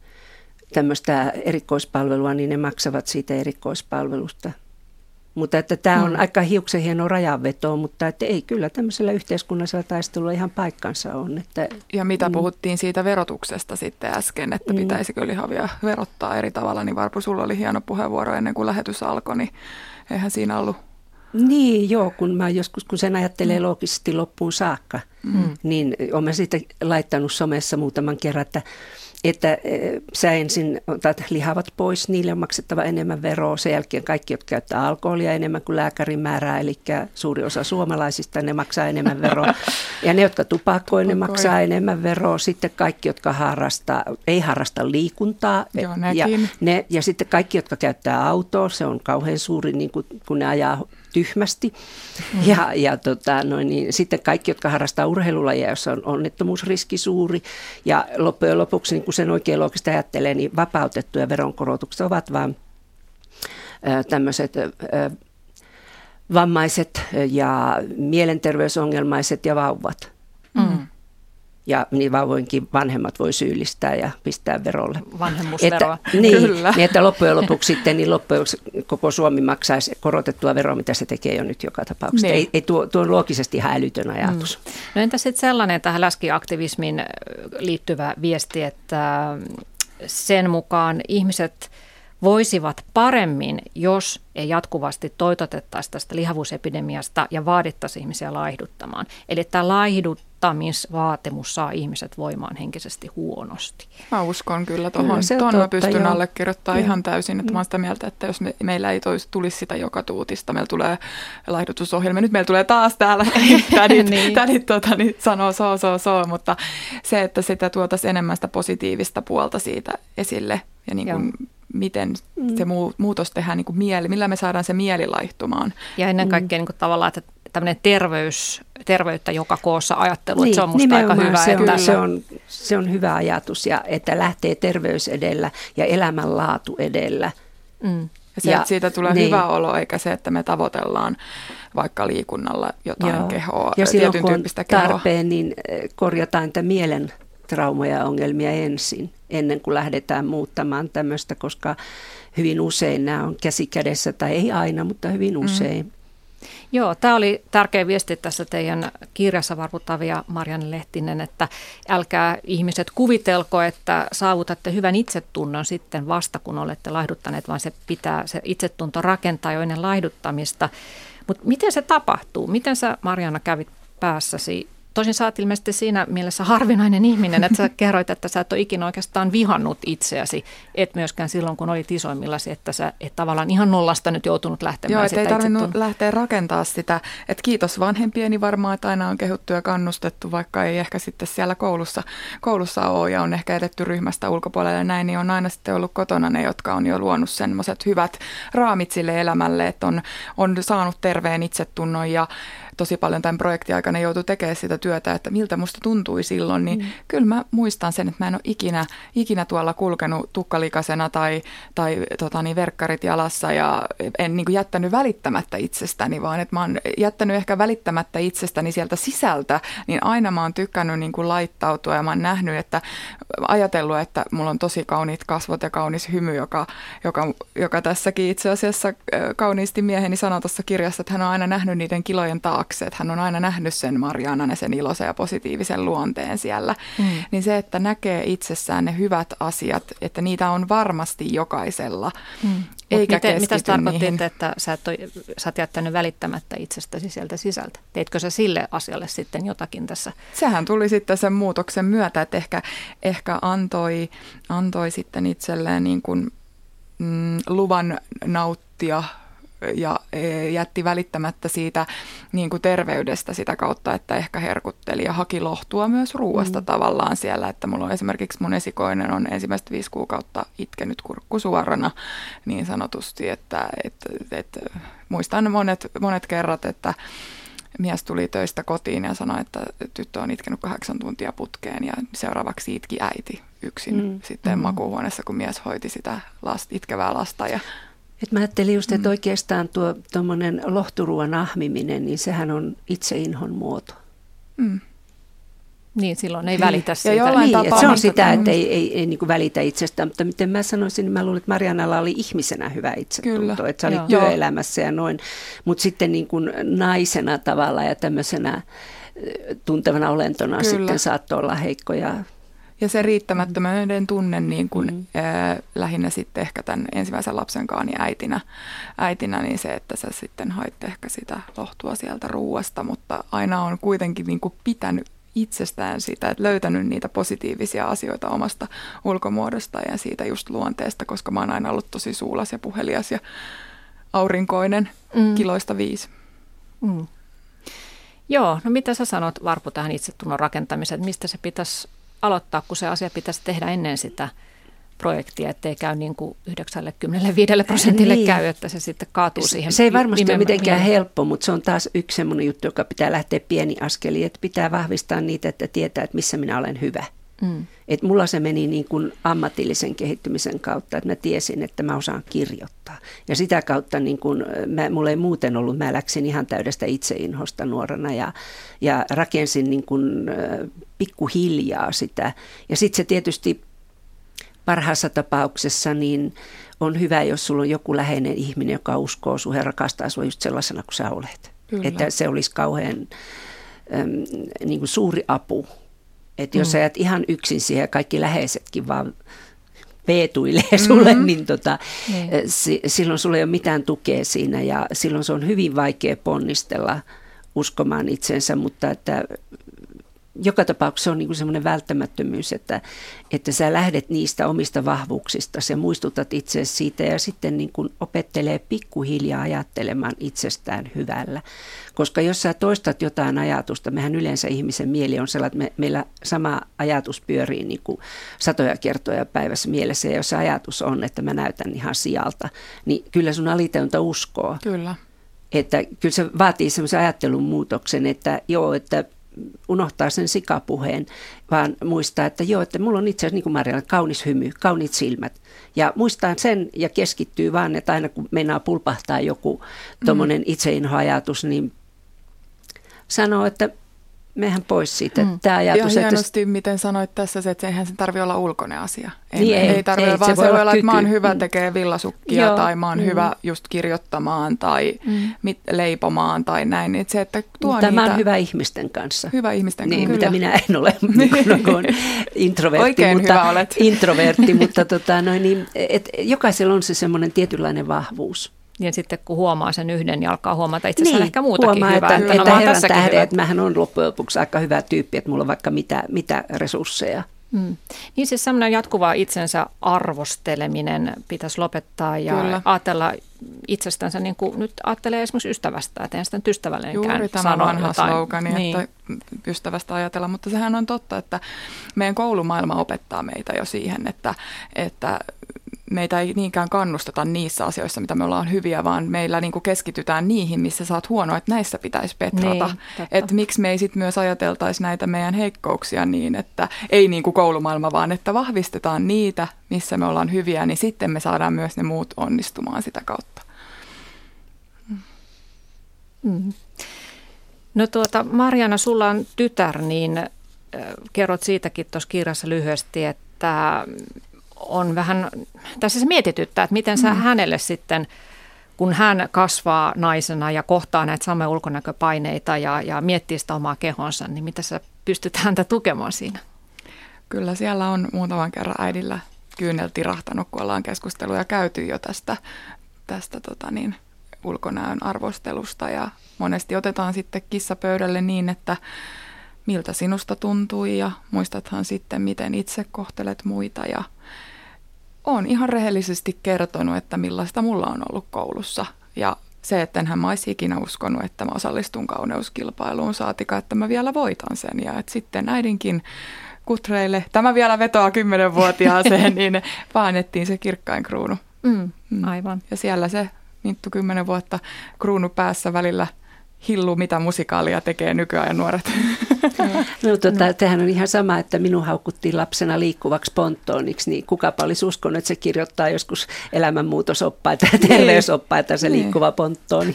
tämmöistä erikoispalvelua, niin ne maksavat siitä erikoispalvelusta. Mutta että tämä on mm. aika hiuksen hieno rajanveto, mutta että ei kyllä tämmöisellä yhteiskunnallisella taistelulla ihan paikkansa on. Että, ja mitä mm. puhuttiin siitä verotuksesta sitten äsken, että mm. pitäisikö lihavia verottaa eri tavalla, niin Varpu, sulla oli hieno puheenvuoro ennen kuin lähetys alkoi, niin eihän siinä ollut. Niin joo, kun mä joskus, kun sen ajattelee mm. loogisesti loppuun saakka, mm. niin olen siitä laittanut somessa muutaman kerran, että että sä ensin otat lihavat pois, niille on maksettava enemmän veroa, sen jälkeen kaikki, jotka käyttää alkoholia enemmän kuin lääkärin määrää, eli suuri osa suomalaisista, ne maksaa enemmän veroa, ja ne, jotka tupakoi, ne maksaa enemmän veroa, sitten kaikki, jotka harrastaa, ei harrasta liikuntaa, Joo, ja, ne, ja sitten kaikki, jotka käyttää autoa, se on kauhean suuri, niin kun, kun ne ajaa tyhmästi. Mm. Ja, ja tota, noin, niin, sitten kaikki, jotka harrastaa urheilulajia, jossa on onnettomuusriski suuri. Ja loppujen lopuksi, niin kun sen oikein loogisesti ajattelee, niin vapautettuja veronkorotukset ovat vain tämmöiset vammaiset ja mielenterveysongelmaiset ja vauvat. Mm. Ja niin vauvoinkin vanhemmat voi syyllistää ja pistää verolle. Vanhemmuusveroa. Että, niin, niin, että loppujen lopuksi sitten niin loppujen koko Suomi maksaisi korotettua veroa, mitä se tekee jo nyt joka tapauksessa. Niin. Ei, ei tuo, tuo on loogisesti ihan älytön ajatus. Mm. No entä sitten sellainen tähän läskiaktivismiin liittyvä viesti, että sen mukaan ihmiset voisivat paremmin, jos ei jatkuvasti toitotettaisi tästä lihavuusepidemiasta ja vaadittaisi ihmisiä laihduttamaan. Eli tämä laihduttamisvaatimus saa ihmiset voimaan henkisesti huonosti. Mä uskon kyllä tuohon. Tuon mä pystyn allekirjoittamaan ihan täysin. Että mä oon sitä mieltä, että jos me, meillä ei tois, tulisi sitä joka tuutista, meillä tulee laihdutusohjelma. Nyt meillä tulee taas täällä tädit, niin. tädit tota, niin sanoo soo, soo, soo. Mutta se, että sitä tuotaisiin enemmän sitä positiivista puolta siitä esille ja niin kuin miten se muutos tehdään niin kuin mieli, millä me saadaan se mieli laihtumaan. Ja ennen kaikkea niin kuin tavallaan, että tämmöinen terveys, terveyttä joka koossa ajattelu, niin, että se on musta aika hyvä. Se on, että se, on, se on hyvä ajatus, ja että lähtee terveys edellä ja elämänlaatu edellä. Mm. Ja se, ja, että siitä tulee niin. hyvä olo, eikä se, että me tavoitellaan vaikka liikunnalla jotain Joo. kehoa, ja tietyn silloin, tyyppistä kehoa. Ja tarpeen, niin korjataan niitä mielen traumoja ja ongelmia ensin, ennen kuin lähdetään muuttamaan tämmöistä, koska hyvin usein nämä on käsi kädessä, tai ei aina, mutta hyvin usein. Mm. Joo, tämä oli tärkeä viesti tässä teidän kirjassa, Varpu-Tavia, Marianne Lehtinen, että älkää ihmiset kuvitelko, että saavutatte hyvän itsetunnon sitten vasta, kun olette laihduttaneet, vaan se pitää se itsetunto rakentaa jo ennen laihduttamista. Mutta miten se tapahtuu? Miten sä, Marianna, kävit päässäsi? Tosin sä oot ilmeisesti siinä mielessä harvinainen ihminen, että sä kerroit, että sä et ole ikinä oikeastaan vihannut itseäsi, et myöskään silloin, kun olit isoimmillasi, että sä et tavallaan ihan nollasta nyt joutunut lähtemään. Joo, sitä ei tarvinnut itsetun... lähteä rakentaa sitä. Että kiitos vanhempieni varmaan, että aina on kehuttu ja kannustettu, vaikka ei ehkä sitten siellä koulussa, koulussa ole ja on ehkä edetty ryhmästä ulkopuolelle ja näin, niin on aina sitten ollut kotona ne, jotka on jo luonut semmoiset hyvät raamit sille elämälle, että on, on saanut terveen itsetunnon ja tosi paljon tämän projektin aikana joutui tekemään sitä työtä, että miltä musta tuntui silloin, niin mm. kyllä mä muistan sen, että mä en ole ikinä, ikinä tuolla kulkenut tukkalikasena tai, tai tota niin, verkkarit jalassa ja en niin kuin jättänyt välittämättä itsestäni, vaan että mä oon jättänyt ehkä välittämättä itsestäni sieltä sisältä, niin aina mä oon tykkännyt niin kuin laittautua ja mä oon nähnyt, että ajatellut, että mulla on tosi kauniit kasvot ja kaunis hymy, joka, joka, joka tässäkin itse asiassa kauniisti mieheni sanoi tuossa kirjassa, että hän on aina nähnyt niiden kilojen taakse. Että hän on aina nähnyt sen Marianan ja sen iloisen ja positiivisen luonteen siellä. Mm. Niin se, että näkee itsessään ne hyvät asiat, että niitä on varmasti jokaisella. Mm. Eikä miten, mitä tarkoitit, niihin. että sä, et ole, sä oot jättänyt välittämättä itsestäsi sieltä sisältä? Teitkö sä sille asialle sitten jotakin tässä? Sehän tuli sitten sen muutoksen myötä, että ehkä, ehkä antoi, antoi sitten itselleen niin kuin, mm, luvan nauttia ja jätti välittämättä siitä niin kuin terveydestä sitä kautta, että ehkä herkutteli ja haki lohtua myös ruuasta mm. tavallaan siellä, että mulla on esimerkiksi mun esikoinen on ensimmäistä viisi kuukautta itkenyt kurkku suorana niin sanotusti, että, että, että muistan monet, monet kerrat, että mies tuli töistä kotiin ja sanoi, että tyttö on itkenyt kahdeksan tuntia putkeen ja seuraavaksi itki äiti yksin mm. sitten mm. makuuhuoneessa, kun mies hoiti sitä lasta, itkevää lasta ja Et mä ajattelin just, että oikeastaan tuo tuommoinen lohturuoan ahmiminen, niin sehän on itseinhon muoto. Mm. Niin, silloin ei välitä siitä. Ja niin, että se on sitä, että ei, ei, ei niin kuin välitä itsestään, mutta miten mä sanoisin, niin mä luulen, että Mariannalla oli ihmisenä hyvä itsetunto, että sä olit työelämässä ja noin, mutta sitten niin kuin naisena tavalla ja tämmöisenä tuntevana olentona Kyllä. sitten saattoi olla heikkoja. Ja se riittämättömyyden tunne niin kuin, mm. ää, lähinnä sitten ehkä tämän ensimmäisen lapsenkaan niin äitinä, äitinä, niin se, että sä sitten hait ehkä sitä lohtua sieltä ruuasta, mutta aina on kuitenkin niin kuin pitänyt itsestään sitä, että löytänyt niitä positiivisia asioita omasta ulkomuodosta ja siitä just luonteesta, koska mä oon aina ollut tosi suulas ja puhelias ja aurinkoinen mm. kiloista viisi. Mm. Joo, no mitä sä sanot, Varpu, tähän itsetunnon rakentamiseen, että mistä se pitäisi aloittaa, kun se asia pitäisi tehdä ennen sitä projektia, ettei käy niin kuin yhdeksänkymmentäviisi prosentille niin. käy, että se sitten kaatuu siihen. Se ei varmasti ole mitenkään helppo, mutta se on taas yksi semmoinen juttu, joka pitää lähteä pieni askeli, että pitää vahvistaa niitä, että tietää, että missä minä olen hyvä. Mm. Et mulla se meni niin kuin ammatillisen kehittymisen kautta, että mä tiesin, että mä osaan kirjoittaa. Ja sitä kautta niin kuin, mä, mulla ei muuten ollut, mä läksin ihan täydestä itseinhosta nuorena ja, ja rakensin niin kuin, äh, pikkuhiljaa sitä. Ja sitten se tietysti parhaassa tapauksessa niin on hyvä, jos sulla on joku läheinen ihminen, joka uskoo sun ja rakastaa sua just sellaisena kuin sä olet. Kyllä. Että se olisi kauhean äm, niin kuin suuri apu. Että jos mm. sä jäät ihan yksin siihen ja kaikki läheisetkin vaan veetuilee sulle, mm-hmm. niin tota, niin. S- silloin sulla ei ole mitään tukea siinä ja silloin se on hyvin vaikea ponnistella uskomaan itsensä, mutta että joka tapauksessa on niin kuin semmoinen välttämättömyys, että, että sä lähdet niistä omista vahvuuksista ja muistutat itseäsi siitä ja sitten niin kuin opettelee pikkuhiljaa ajattelemaan itsestään hyvällä. Koska jos sä toistat jotain ajatusta, mehän yleensä ihmisen mieli on sellainen, että me, meillä sama ajatus pyörii niin kuin satoja kertoja päivässä mielessä ja jos se ajatus on, että mä näytän ihan sijalta, niin kyllä sun alitajunta uskoo. Kyllä. Että kyllä se vaatii semmoisen ajattelun muutoksen, että joo, että unohtaa sen sikapuheen, vaan muistaa, että joo, että mulla on itse asiassa niin kuin Marialla kaunis hymy, kauniit silmät. Ja muistaa sen ja keskittyy vaan, että aina kun meinaa pulpahtaa joku tommonen mm. itseinhoajatus, niin sanoo, että mehän pois siitä. Mm. Tämä ajatus, ja että hienosti, miten sanoit tässä, että eihän se tarvitse olla ulkoinen asia. Ei, niin, ei, ei tarvitse, ei, vaan se voi se voi olla olla, että mä oon hyvä kyky. tekee villasukkia Joo. tai mä oon Mm. hyvä just kirjoittamaan tai Mm. mit, leipomaan tai näin. Että se, että tuo Tämä niitä, on hyvä ihmisten kanssa. Hyvä ihmisten niin, kanssa. mitä minä en ole, kun olen introvertti, Oikein mutta, hyvä olet. introvertti, mutta tota, noin, niin, et, jokaisella on se semmoinen tietynlainen vahvuus. Ja sitten kun huomaa sen yhden ja alkaa huomata itse asiassa Niin, ehkä muutakin huomaa, hyvää. että, Että, että no, mä oon herran tässäkin tähden, hyvä. että mähän on loppujen lopuksi aika hyvä tyyppi, että mulla on vaikka mitä, mitä resursseja. Mm. Niin siis semmoinen jatkuva itsensä arvosteleminen pitäisi lopettaa ja Kyllä. ajatella itsestänsä niin kuin nyt ajattelee esimerkiksi ystävästä, että en sitä nyt ystävällenkään Juuri tämä sano vanha jotain. slogani, Niin. että ystävästä ajatella, mutta sehän on totta, että meidän koulumaailma opettaa meitä jo siihen, että, että meitä ei niinkään kannusteta niissä asioissa, mitä me ollaan hyviä, vaan meillä niin kuin keskitytään niihin, missä sä oot huono, että näissä pitäisi petrata. Niin, että miksi me ei sit myös ajateltaisi näitä meidän heikkouksia niin, että ei niin kuin koulumaailma, vaan että vahvistetaan niitä, missä me ollaan hyviä, niin sitten me saadaan myös ne muut onnistumaan sitä kautta. Mm. No tuota, Marjaana, sulla on tytär, niin äh, kerrot siitäkin tuossa kirjassa lyhyesti, että on vähän, tässä se mietityttää, että miten sä mm. hänelle sitten, kun hän kasvaa naisena ja kohtaa näitä samoja ulkonäköpaineita ja, ja miettii sitä omaa kehonsa, niin mitä sä pystyt häntä tukemaan siinä? Kyllä siellä on muutaman kerran äidillä kyynel tirahtanut, kun ollaan keskusteluja käyty jo tästä, tästä tota niin, ulkonäön arvostelusta ja monesti otetaan sitten kissa pöydälle niin, että miltä sinusta tuntui ja muistathan sitten, miten itse kohtelet muita ja olen ihan rehellisesti kertonut, että millaista mulla on ollut koulussa ja se, että enhän mä olisi ikinä uskonut, että mä osallistun kauneuskilpailuun, saatika, että mä vielä voitan sen ja että sitten äidinkin kutreille, tämä vielä vetoaa kymmenvuotiaaseen, niin painettiin se kirkkain kruunu. Mm, aivan. Ja siellä se Minttu kymmenen vuotta kruunu päässä välillä hillu, mitä musikaalia tekee nykyajan nuoret. No, tota, no. Tämähän on ihan sama, että minun haukuttiin lapsena liikkuvaksi ponttooniksi, niin kukapa olisi uskonut, että se kirjoittaa joskus elämänmuutosoppaita ja terveysoppaita se niin. liikkuva ponttooni.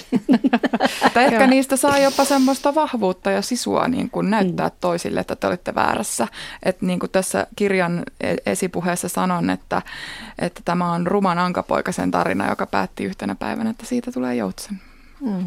Tai ehkä niistä saa jopa semmoista vahvuutta ja sisua niin kuin näyttää mm. toisille, että te olette väärässä. Että niin kuin tässä kirjan esipuheessa sanon, että, että tämä on ruman ankapoikasen tarina, joka päätti yhtenä päivänä, että siitä tulee joutsen. Mm.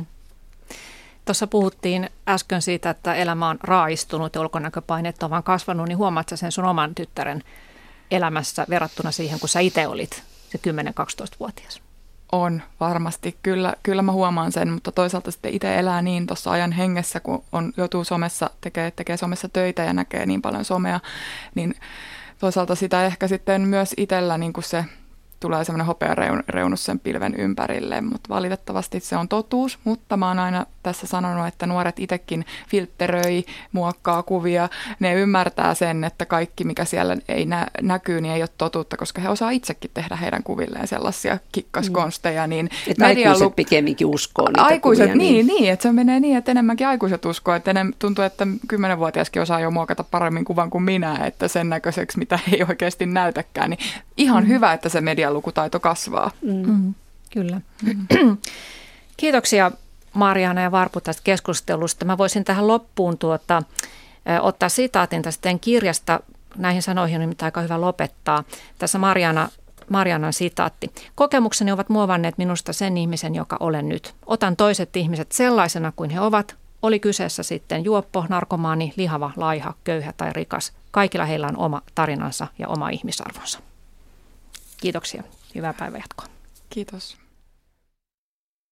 Tuossa puhuttiin äsken siitä, että elämä on raaistunut ja ulkonäköpaineet on vaan kasvanut, niin huomaatko sen sun oman tyttären elämässä verrattuna siihen, kun sä itse olit se kymmenen-kaksitoista-vuotias? On varmasti. Kyllä, kyllä mä huomaan sen, mutta toisaalta sitten itse elää niin tuossa ajan hengessä, kun on, joutuu somessa, tekee, tekee somessa töitä ja näkee niin paljon somea, niin toisaalta sitä ehkä sitten myös itsellä niin kuin se tulee semmoinen hopeareunus sen pilven ympärille, mutta valitettavasti se on totuus, mutta mä oon aina tässä sanonut, että nuoret itsekin filtteröi, muokkaa kuvia, ne ymmärtää sen, että kaikki mikä siellä ei nä- näkyy, niin ei ole totuutta, koska he osaa itsekin tehdä heidän kuvilleen sellaisia kikkaskonsteja. Niin että aikuiset pikemminkin uskoo niitä aikuiset, kuvia. Niin, niin, että se menee niin, että enemmänkin aikuiset uskoo, että enem, tuntuu, että kymmenvuotiaskin osaa jo muokata paremmin kuvan kuin minä, että sen näköiseksi, mitä ei oikeasti näytäkään, niin ihan mm. hyvä, että se medialukutaito kasvaa. Mm. Mm. Kyllä. Mm. Kiitoksia Marjaana ja Varpu tästä keskustelusta. Mä voisin tähän loppuun tuota, ö, ottaa sitaatin tästä kirjasta. Näihin sanoihin on aika hyvä lopettaa. Tässä Marjaana, Marjaanan sitaatti. Kokemukseni ovat muovanneet minusta sen ihmisen, joka olen nyt. Otan toiset ihmiset sellaisena kuin he ovat. Oli kyseessä sitten juoppo, narkomaani, lihava, laiha, köyhä tai rikas. Kaikilla heillä on oma tarinansa ja oma ihmisarvonsa. Kiitoksia. Hyvää päivänjatkoa. Kiitos.